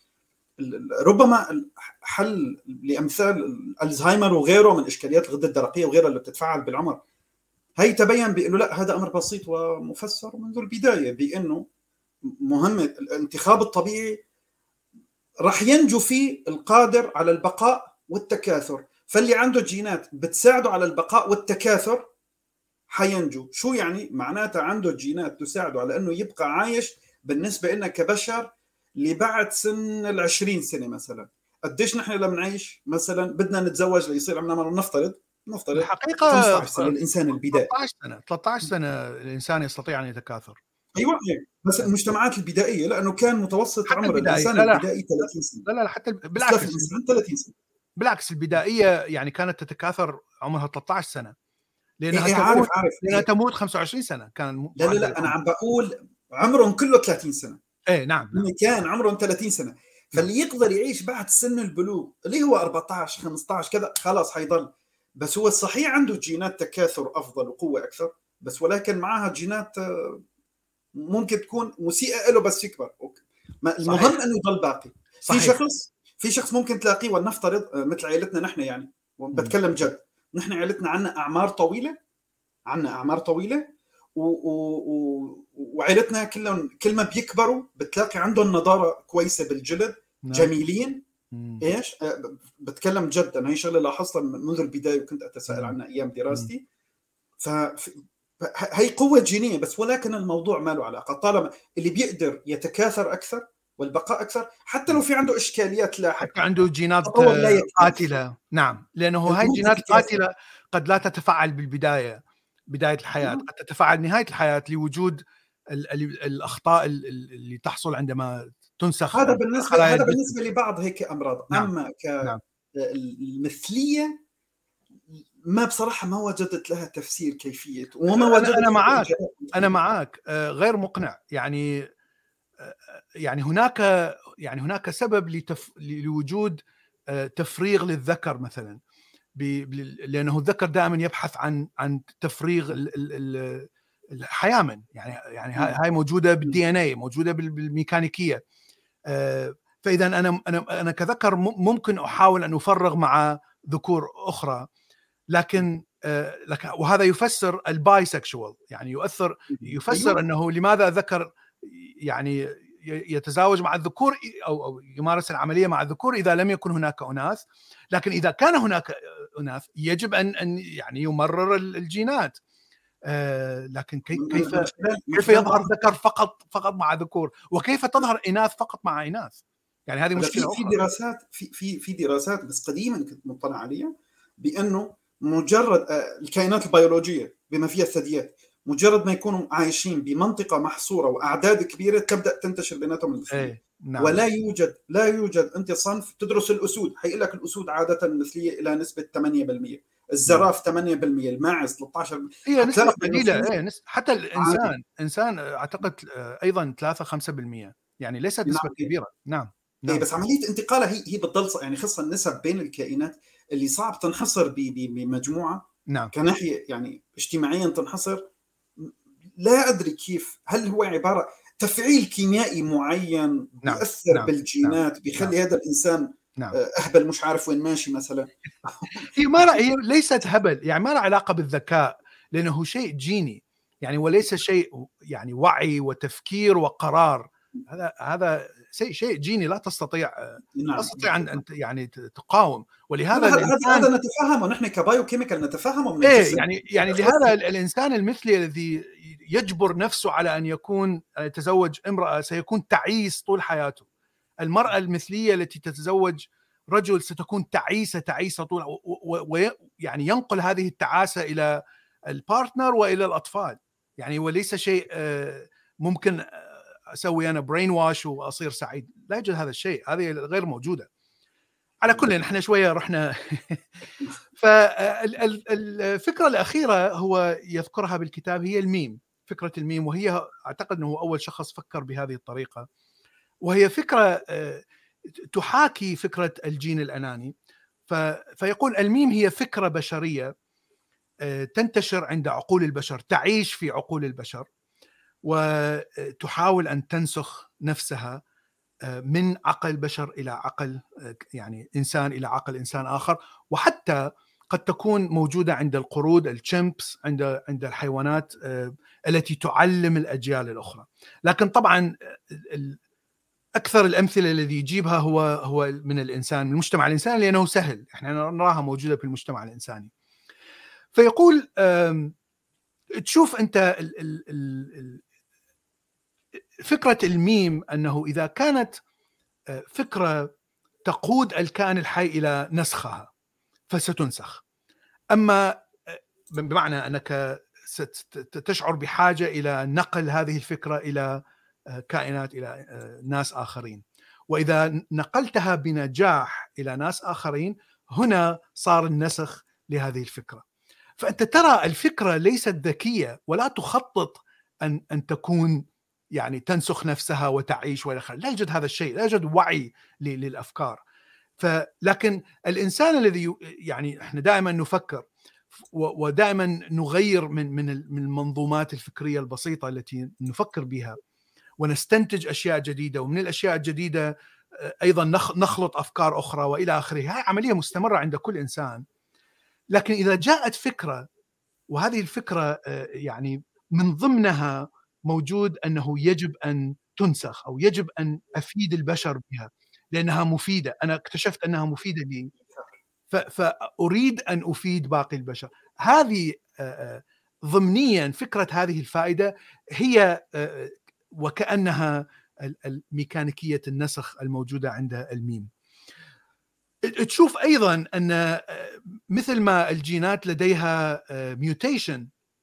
ربما حل لأمثال الألزهايمر وغيره من إشكاليات الغدة الدرقية وغيرها اللي بتتفاعل بالعمر، هي تبين بأنه لا، هذا أمر بسيط ومفسر منذ البداية، بأنه مهمة الانتخاب الطبيعي راح ينجو فيه القادر على البقاء والتكاثر. فاللي عنده جينات بتساعده على البقاء والتكاثر حينجو. شو يعني؟ معناتها عنده جينات تساعده على أنه يبقى عايش بالنسبة لنا كبشر لبعد سن 20 سنة مثلا. قديش نحن لما نعيش مثلا بدنا نتزوج ليصير عمرنا مرة، نفترض الحقيقة 15 سنة الإنسان البدائي، 13 سنة الإنسان يستطيع أن يتكاثر. أيوة، بس المجتمعات البدائية لأنه كان متوسط عمر الإنسان البدائي 30 سنة. لا حتى بالعكس، الإنسان 30 سنة. بالعكس، البدائية يعني كانت تتكاثر عمرها 13 سنة، لأنها عارف. تموت 25 سنة كان. لا أنا عم بقول عمرهم كله 30 سنة. نعم. كان عمرهم 30 سنة. فاللي يقدر يعيش بعد سن البلوغ اللي هو 14 15 كذا خلاص حيضل. بس هو الصحيح عنده جينات تكاثر أفضل وقوة أكثر، بس ولكن معها جينات ممكن تكون مسيئة له بس يكبر. المهم أنه يضل باقي. في شخص ممكن تلاقيه، ولنفترض مثل عائلتنا نحن، يعني بتكلم جد، نحن عائلتنا عنا أعمار طويلة وعائلتنا كل ما بيكبروا بتلاقي عندهم نضارة كويسة بالجلد، جميلين. إيش بتكلم جد، أنا هي شغلة لاحظتها منذ البداية وكنت أتساءل عنها أيام دراستي. هي قوة جينية بس، ولكن الموضوع ما له علاقة. طالما اللي بيقدر يتكاثر أكثر والبقاء أكثر، حتى لو في عنده إشكاليات لاحقة، حتى عنده جينات قاتلة. نعم، لأنه هاي الجينات القاتلة قد لا تتفاعل بداية الحياة، قد تتفاعل نهاية الحياة لوجود الأخطاء اللي تحصل عندما تنسخ. هذا بالنسبة لبعض هيك أمراض. أما كالمثلية ما بصراحة ما وجدت لها تفسير كيفية، وما وجدت. أنا معك غير مقنع. يعني هناك سبب لوجود تفريغ للذكر مثلا، لأنه الذكر دائما يبحث عن تفريغ الحيامن. يعني هاي موجودة بالدي ان اي، موجودة بالميكانيكية. فإذا أنا كذكر ممكن أحاول أن أفرغ مع ذكور أخرى، لكن وهذا يفسر البايسكشوال، يعني يفسر أنه لماذا ذكر يعني يتزاوج مع الذكور أو يمارس العملية مع الذكور إذا لم يكن هناك أناث. لكن إذا كان هناك أناث يجب أن يعني يمرر الجينات. لكن كيف يظهر ذكر فقط مع ذكور، وكيف تظهر إناث فقط مع إناث؟ يعني هذه مشكلة في دراسات في دراسات بس قديما كنت مطلع عليها، بأنه مجرد الكائنات البيولوجية بما فيها الثدييات، مجرد ما يكونوا عايشين بمنطقة محصورة وأعداد كبيرة تبدأ تنتشر بيناتهم المثلية. نعم. ولا يوجد أنت صنف تدرس الأسود، هيقول لك الأسود عادة مثلية إلى نسبة 8%، الزراف 8%، الماعز 13%. هي نسبة قليلة. حتى الإنسان أعتقد أيضا 3-5%، يعني ليست نسبة كبيرة. نعم. بس عملية انتقالها هي بتضل، يعني خاصة النسب بين الكائنات اللي صعب تنحصر بمجموعة. نعم. كناحية يعني اجتماعيا تنحصر، لا أدري كيف. هل هو عبارة تفعيل كيميائي معين بيأثر بالجينات بيخلي هذا الإنسان أهبل مش عارف وين ماشي مثلا؟ هي ليست هبل، يعني ما له علاقة بالذكاء، لأنه شيء جيني يعني، وليس شيء يعني وعي وتفكير وقرار. هذا شيء جيني لا تستطيع نعم. أن يعني تقاوم. ولهذا هذا نتفهمه نحن كبايو كيميكال، نتفهمه من الجسم. يعني لهذا الإنسان المثلي الذي يجبر نفسه على أن يتزوج امرأة سيكون تعيس طول حياته. المرأة المثلية التي تتزوج رجل ستكون تعيسة طول، ويعني ينقل هذه التعاسة إلى البارتنر وإلى الأطفال. يعني وليس شيء ممكن أسوي أنا برين واش وأصير سعيد، لا يوجد هذا الشيء، هذه غير موجودة. على كل نحن شوية رحنا فالفكرة الأخيرة هو يذكرها بالكتاب هي الميم، فكرة الميم، وهي أعتقد أنه أول شخص فكر بهذه الطريقة، وهي فكرة تحاكي فكرة الجين الأناني. فيقول الميم هي فكرة بشرية تنتشر عند عقول البشر، تعيش في عقول البشر، وتحاول أن تنسخ نفسها من عقل بشر إلى عقل، يعني إنسان إلى عقل إنسان آخر، وحتى قد تكون موجودة عند القرود، الشمبس، عند الحيوانات التي تعلم الأجيال الأخرى. لكن طبعا أكثر الأمثلة الذي يجيبها هو من الإنسان، من المجتمع الإنساني، لأنه سهل، إحنا نراها موجودة في المجتمع الإنساني. فيقول تشوف أنت فكرة الميم أنه إذا كانت فكرة تقود الكائن الحي إلى نسخها فستنسخ، أما بمعنى أنك ستشعر بحاجة إلى نقل هذه الفكرة إلى كائنات، إلى ناس آخرين، وإذا نقلتها بنجاح إلى ناس آخرين هنا صار النسخ لهذه الفكرة. فأنت ترى الفكرة ليست ذكية ولا تخطط أن تكون يعني تنسخ نفسها وتعيش وإلى آخره، لا يوجد هذا الشيء، لا يوجد وعي للأفكار. لكن الإنسان الذي يعني إحنا دائما نفكر ودائما نغير من المنظومات الفكرية البسيطة التي نفكر بها ونستنتج أشياء جديدة، ومن الأشياء الجديدة أيضا نخلط أفكار أخرى وإلى آخره. هاي عملية مستمرة عند كل إنسان. لكن إذا جاءت فكرة، وهذه الفكرة يعني من ضمنها موجود أنه يجب أن تنسخ أو يجب أن أفيد البشر بها لأنها مفيدة، أنا اكتشفت أنها مفيدة لي فأريد أن أفيد باقي البشر. هذه ضمنيا فكرة هذه الفائدة هي وكأنها الميكانيكية النسخ الموجودة عند الميم. تشوف أيضا أن مثل ما الجينات لديها ميوتيشن،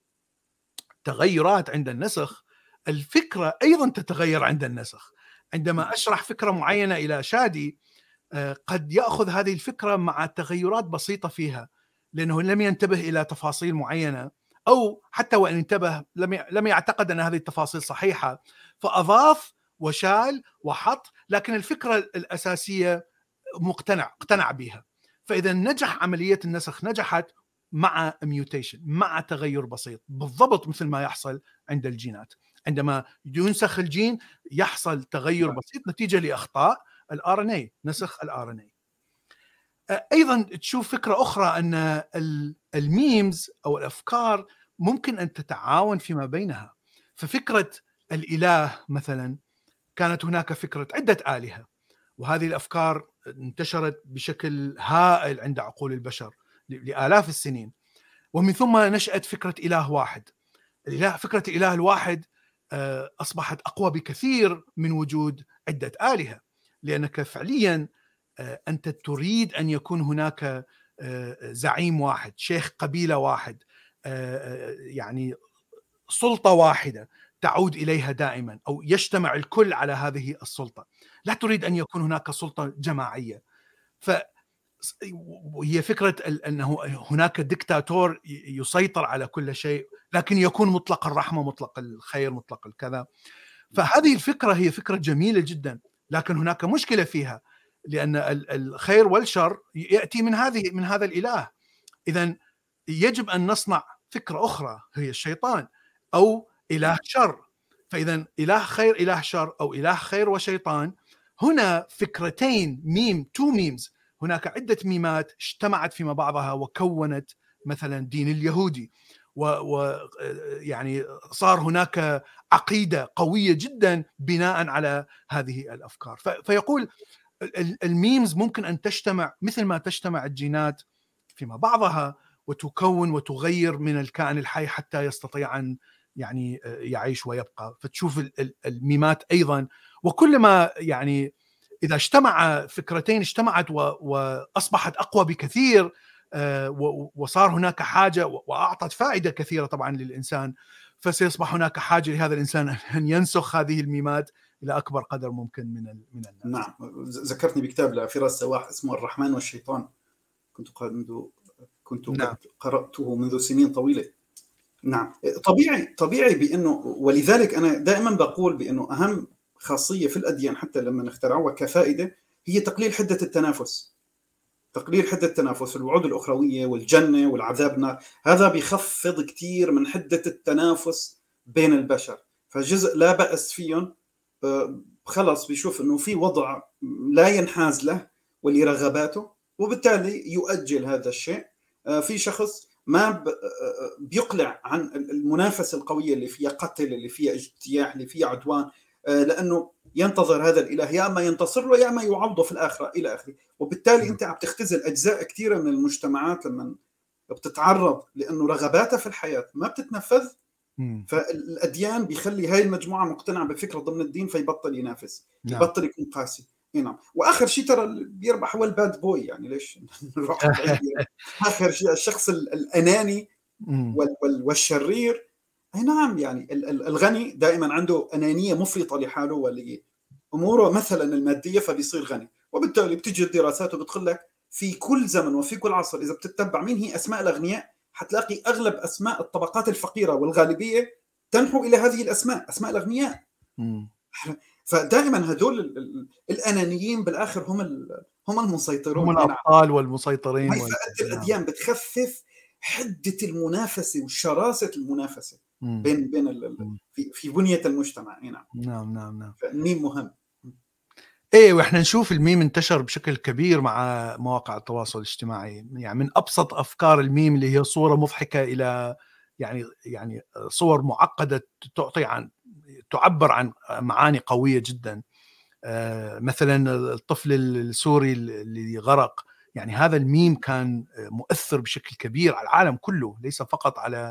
تغيرات عند النسخ، الفكرة أيضا تتغير عند النسخ. عندما أشرح فكرة معينة إلى شادي قد يأخذ هذه الفكرة مع تغيرات بسيطة فيها لأنه لم ينتبه إلى تفاصيل معينة، أو حتى وإن انتبه لم يعتقد أن هذه التفاصيل صحيحة، فأضاف وشال وحط، لكن الفكرة الأساسية اقتنع بها. فإذا نجح عملية النسخ، نجحت مع ميوتيشن، مع تغير بسيط، بالضبط مثل ما يحصل عند الجينات. عندما ينسخ الجين يحصل تغير بسيط نتيجة لأخطاء الRNA، نسخ الRNA. أيضا تشوف فكرة أخرى أن الميمز أو الأفكار ممكن أن تتعاون فيما بينها. ففكرة الإله مثلا، كانت هناك فكرة عدة آلهة، وهذه الأفكار انتشرت بشكل هائل عند عقول البشر لآلاف السنين، ومن ثم نشأت فكرة إله واحد. فكرة الإله الواحد أصبحت أقوى بكثير من وجود عدة آلهة، لأنك فعليا أنت تريد أن يكون هناك زعيم واحد، شيخ قبيلة واحد، يعني سلطة واحدة تعود إليها دائما، أو يجتمع الكل على هذه السلطة. لا تريد أن يكون هناك سلطة جماعية. وهي فكرة أنه هناك ديكتاتور يسيطر على كل شيء، لكن يكون مطلق الرحمة، مطلق الخير، مطلق الكذا. فهذه الفكرة هي فكرة جميلة جدا، لكن هناك مشكلة فيها، لأن الخير والشر يأتي من هذا الإله. إذن يجب أن نصنع فكرة أخرى هي الشيطان، أو إله شر. فإذا إله خير، إله شر، أو إله خير وشيطان، هنا فكرتين، تو ميمز. هناك عدة ميمات اجتمعت فيما بعضها وكونت مثلا دين اليهودي، يعني صار هناك عقيدة قوية جدا بناء على هذه الأفكار. فيقول الميمز ممكن أن تجتمع مثل ما تجتمع الجينات فيما بعضها وتكون وتغير من الكائن الحي حتى يستطيع أن يعني يعيش ويبقى. فتشوف الميمات أيضا، وكلما يعني إذا اجتمع فكرتين اجتمعت وأصبحت أقوى بكثير، وصار هناك حاجة وأعطت فائدة كثيرة طبعا للإنسان، فسيصبح هناك حاجة لهذا الإنسان أن ينسخ هذه الميمات إلى أكبر قدر ممكن من الناس. نعم، ذكرتني بكتاب لفراس سواح اسمه الرحمن والشيطان، كنت نعم. قد قرأته منذ سنين طويلة. نعم، طبيعي بأنه، ولذلك أنا دائما بقول بأنه أهم خاصية في الأديان حتى لما نخترعوها كفائدة هي تقليل حدة التنافس. تقليل حدة التنافس في الوعود الأخروية والجنة والعذاب النار، هذا بيخفض كتير من حدة التنافس بين البشر. فجزء لا بأس فيهم خلص بيشوف أنه في وضع لا ينحاز له ولرغباته، وبالتالي يؤجل هذا الشيء. في شخص ما بيقلع عن المنافسة القوية اللي فيها قتل، اللي فيها اجتياح، اللي فيها عدوان، لأنه ينتظر هذا الإله يا أما ينتصر له يا أما يعوضه في الآخرة إلى آخره. وبالتالي أنت عم تختزل أجزاء كثيرة من المجتمعات لما بتتعرض لأنه رغباتها في الحياة ما بتتنفذ. فالأديان بيخلي هاي المجموعة مقتنعة بفكرة ضمن الدين فيبطل ينافس. نعم. يبطل يكون قاسي. نعم. وآخر شيء ترى بيربح هو الباد بوي، يعني ليش نروح بعيد؟ آخر شيء الشخص الأناني والشرير. نعم، يعني الغني دائما عنده أنانية مفرطة لحاله واللي أموره مثلا المادية فبيصير غني. وبالتالي بتجي الدراسات وبتقول لك في كل زمن وفي كل عصر إذا بتتبع مين هي أسماء الأغنياء حتلاقي أغلب أسماء الطبقات الفقيرة والغالبية تنحو إلى هذه الأسماء، أسماء الأغنياء. فدائما هدول الأنانيين بالآخر هم المسيطرون، هم الأبطال والمسيطرين. الأديان بتخفف حدة المنافسة وشراسة المنافسة بين في بنية المجتمع. نعم. فالميم مهم. ايه، واحنا نشوف الميم انتشر بشكل كبير مع مواقع التواصل الاجتماعي. يعني من ابسط افكار الميم اللي هي صورة مضحكة الى يعني صور معقدة تعبر عن معاني قوية جدا. مثلا الطفل السوري اللي غرق، يعني هذا الميم كان مؤثر بشكل كبير على العالم كله، ليس فقط على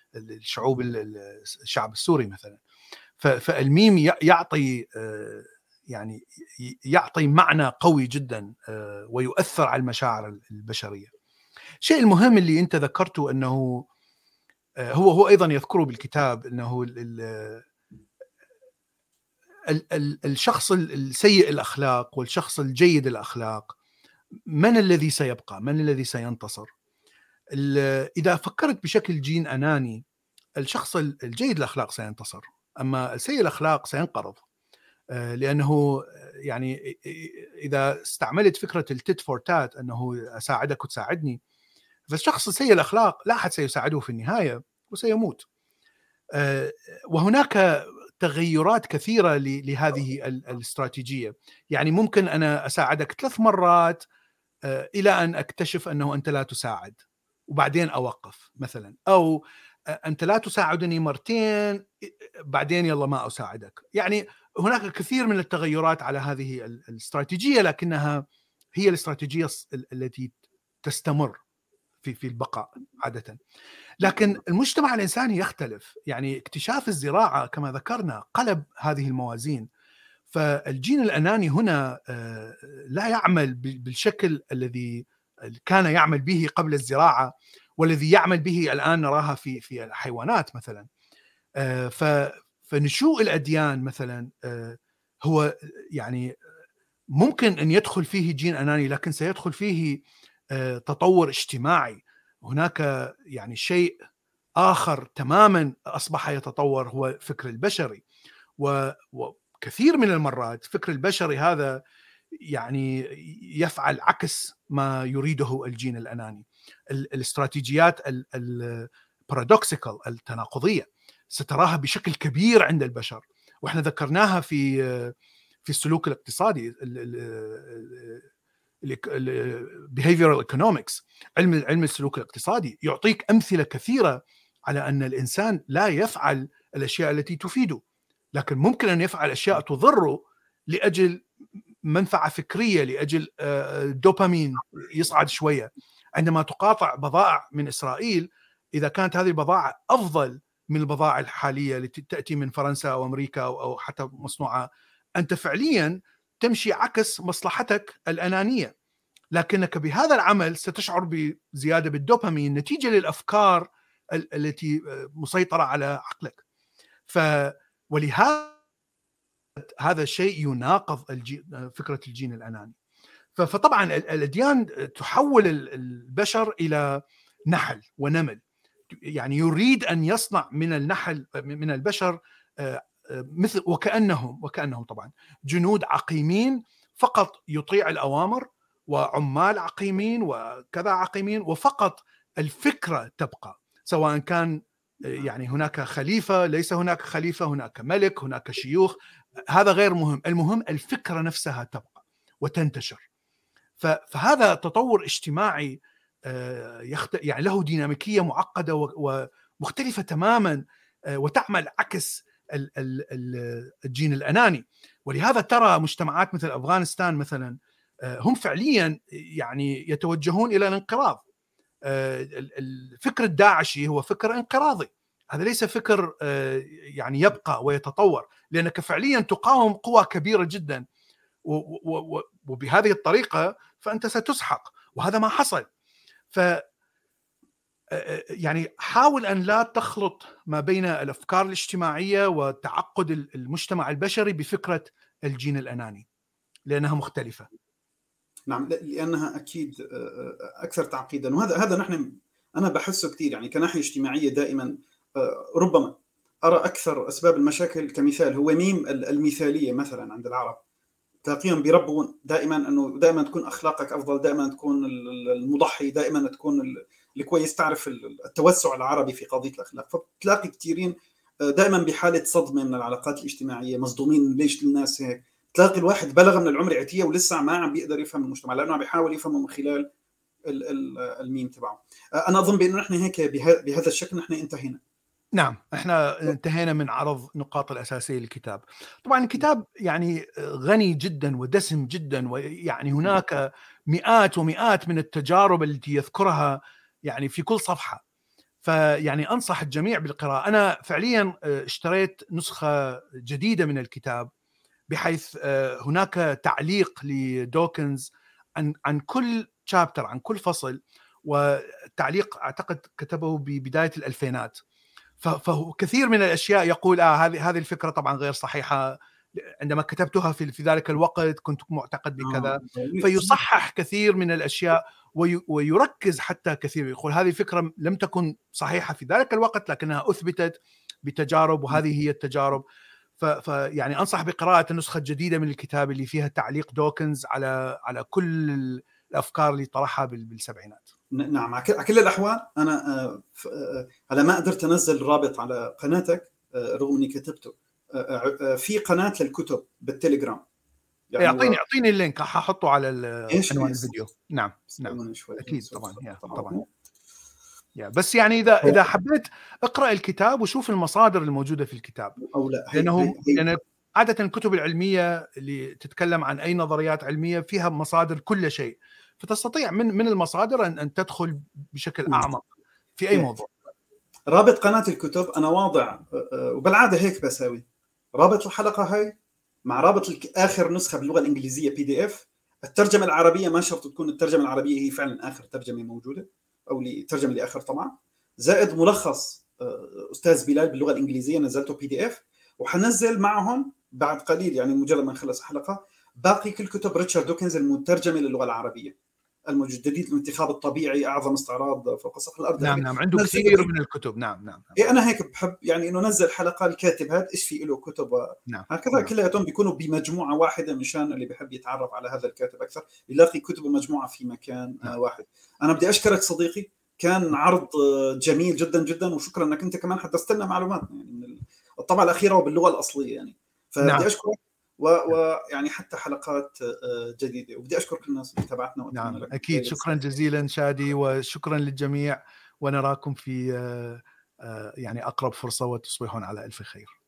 الشعب السوري مثلا. فالميم يعطي معنى قوي جدا ويؤثر على المشاعر البشرية. الشيء المهم اللي انت ذكرته انه هو ايضا يذكره بالكتاب، انه الشخص السيء الأخلاق والشخص الجيد الأخلاق من الذي سيبقى؟ من الذي سينتصر؟ إذا فكرت بشكل جين أناني، الشخص الجيد الأخلاق سينتصر، أما السيء الأخلاق سينقرض. لأنه يعني إذا استعملت فكرة التيت فور تات، أنه أساعدك وتساعدني، فالشخص السيء الأخلاق لا أحد سيساعده في النهاية وسيموت. وهناك تغيرات كثيرة لهذه الاستراتيجية. يعني ممكن أنا أساعدك 3 مرات إلى أن أكتشف أنه أنت لا تساعد وبعدين أوقف مثلا، أو أنت لا تساعدني 2 مرات بعدين يلا ما أساعدك. يعني هناك كثير من التغيرات على هذه الاستراتيجية، لكنها هي الاستراتيجية التي تستمر في البقاء عادة. لكن المجتمع الإنساني يختلف. يعني اكتشاف الزراعة كما ذكرنا قلب هذه الموازين. فالجين الأناني هنا لا يعمل بالشكل الذي كان يعمل به قبل الزراعة والذي يعمل به الآن نراها في الحيوانات مثلا. فنشوء الأديان مثلا هو يعني ممكن أن يدخل فيه جين أناني، لكن سيدخل فيه تطور اجتماعي. هناك يعني شيء آخر تماما أصبح يتطور، هو الفكر البشري. وكثير من المرات الفكر البشري هذا يعني يفعل عكس ما يريده الجين الأناني. الاستراتيجيات البارادوكسيكال التناقضية ستراها بشكل كبير عند البشر، وإحنا ذكرناها في السلوك الاقتصادي، behavioral economics، علم السلوك الاقتصادي يعطيك أمثلة كثيرة على أن الإنسان لا يفعل الأشياء التي تفيده، لكن ممكن أن يفعل أشياء تضره لأجل منفعة فكرية، لأجل دوبامين يصعد شوية. عندما تقاطع بضائع من إسرائيل، إذا كانت هذه البضائع أفضل من البضائع الحالية التي تأتي من فرنسا أو أمريكا أو حتى مصنوعة، أنت فعليا تمشي عكس مصلحتك الأنانية، لكنك بهذا العمل ستشعر بزيادة بالدوبامين نتيجة للأفكار التي مسيطرة على عقلك. ولهذا هذا الشيء يناقض فكرة الجين الأناني. فطبعا الأديان تحول البشر إلى نحل ونمل، يعني يريد أن يصنع من النحل من البشر مثل وكأنهم طبعا جنود عقيمين فقط يطيع الأوامر، وعمال عقيمين وكذا عقيمين، وفقط الفكرة تبقى، سواء كان يعني هناك خليفة ليس هناك خليفة، هناك ملك، هناك شيوخ، هذا غير مهم، المهم الفكرة نفسها تبقى وتنتشر. فهذا تطور اجتماعي يعني له ديناميكية معقدة ومختلفة تماما، وتعمل عكس الجين الأناني. ولهذا ترى مجتمعات مثل أفغانستان مثلا هم فعليا يعني يتوجهون إلى الانقراض. الفكر الداعشي هو فكر انقراضي، هذا ليس فكر يعني يبقى ويتطور، لأنك فعليا تقاوم قوى كبيرة جدا، وبهذه الطريقة فأنت ستسحق، وهذا ما حصل. يعني حاول أن لا تخلط ما بين الأفكار الاجتماعية وتعقد المجتمع البشري بفكرة الجين الأناني، لأنها مختلفة. نعم، لأنها أكيد أكثر تعقيدا، وهذا أنا بحسه كثير، يعني كناحية اجتماعية دائما ربما أرى أكثر أسباب المشاكل كمثال هو ميم المثالية مثلا عند العرب، تلاقيهم بيربون دائما أنه دائما تكون أخلاقك أفضل، دائما تكون المضحي، دائما تكون الكويس، تعرف التوسع العربي في قضية الأخلاق. فتلاقي كثيرين دائما بحالة صدمة من العلاقات الاجتماعية، مصدومين ليش الناس هيك. تلاقي الواحد بلغ من العمر عتية ولسه ما عم بيقدر يفهم المجتمع، لأنه عم بيحاول يفهمه من خلال الميم تبعه. أنا أظن بأنه نحن هيك بهذا الشكل نحن انتهينا. نعم، احنا انتهينا من عرض النقاط الأساسية للكتاب. طبعا الكتاب يعني غني جدا ودسم جدا، ويعني هناك مئات ومئات من التجارب التي يذكرها يعني في كل صفحة، فيعني أنصح الجميع بالقراءة. أنا فعليا اشتريت نسخة جديدة من الكتاب، بحيث هناك تعليق لدوكنز عن كل شابتر، عن كل فصل، وتعليق أعتقد كتبه ببداية الألفينات. فكثير من الأشياء يقول هذه الفكرة طبعا غير صحيحة، عندما كتبتها في ذلك الوقت كنت معتقد بكذا. فيصحح كثير من الأشياء ويركز حتى كثير، يقول هذه الفكرة لم تكن صحيحة في ذلك الوقت لكنها أثبتت بتجارب، وهذه هي التجارب. فيعني أنصح بقراءة النسخة الجديدة من الكتاب اللي فيها تعليق دوكنز على كل الأفكار اللي طرحها بالسبعينات. نعم، على كل الأحوال أنا على ما قدرت أنزل رابط على قناتك رغم أني كتبته في قناة للكتب بالتليجرام، يعني أعطيني اللينك هحطه على عنوان الفيديو. نعم أكيد طبعا. بس يعني إذا حبيت اقرأ الكتاب وشوف المصادر الموجودة في الكتاب، أو لا، لأن عادة الكتب العلمية اللي تتكلم عن أي نظريات علمية فيها مصادر كل شيء، فتستطيع من المصادر أن تدخل بشكل أعمق في أي موضوع. رابط قناة الكتب أنا واضع، وبالعادة هيك بساوي رابط الحلقة هاي مع رابط آخر نسخة باللغة الإنجليزية PDF. الترجمة العربية ما شرط تكون الترجمة العربية هي فعلا آخر ترجمة موجودة، أو ترجمة لآخر طبعا، زائد ملخص أستاذ بلال باللغة الإنجليزية نزلته PDF، وحنزل معهم بعد قليل يعني مجرد ما نخلص الحلقة باقي كل كتب ريتشارد دوكنز المترجمة للغة العربية، المجددين الانتخاب الطبيعي، أعظم استعراض فوق سطح الأرض. نعم عنده كثير من الكتب. نعم. أنا هيك بحب يعني إنه نزل حلقة الكاتب هذا إيش في له كتب هكذا كلياتهم بيكونوا بمجموعة واحدة، مشان اللي بيحب يتعرف على هذا الكاتب أكثر يلاقي كتبه مجموعة في مكان واحد. أنا بدي أشكرك صديقي، كان عرض جميل جدا جدا، وشكرا أنك أنت كمان حدثتنا معلومات يعني من الطبعة الأخيرة وباللغة الأصلية يعني. فبدي أشكرك ويعني حتى حلقات جديدة، وبدي أشكر كل الناس اللي تابعتنا. أكيد شكرا جزيلا شادي، وشكرا للجميع، ونراكم في يعني أقرب فرصة، وتصبحون على ألف خير.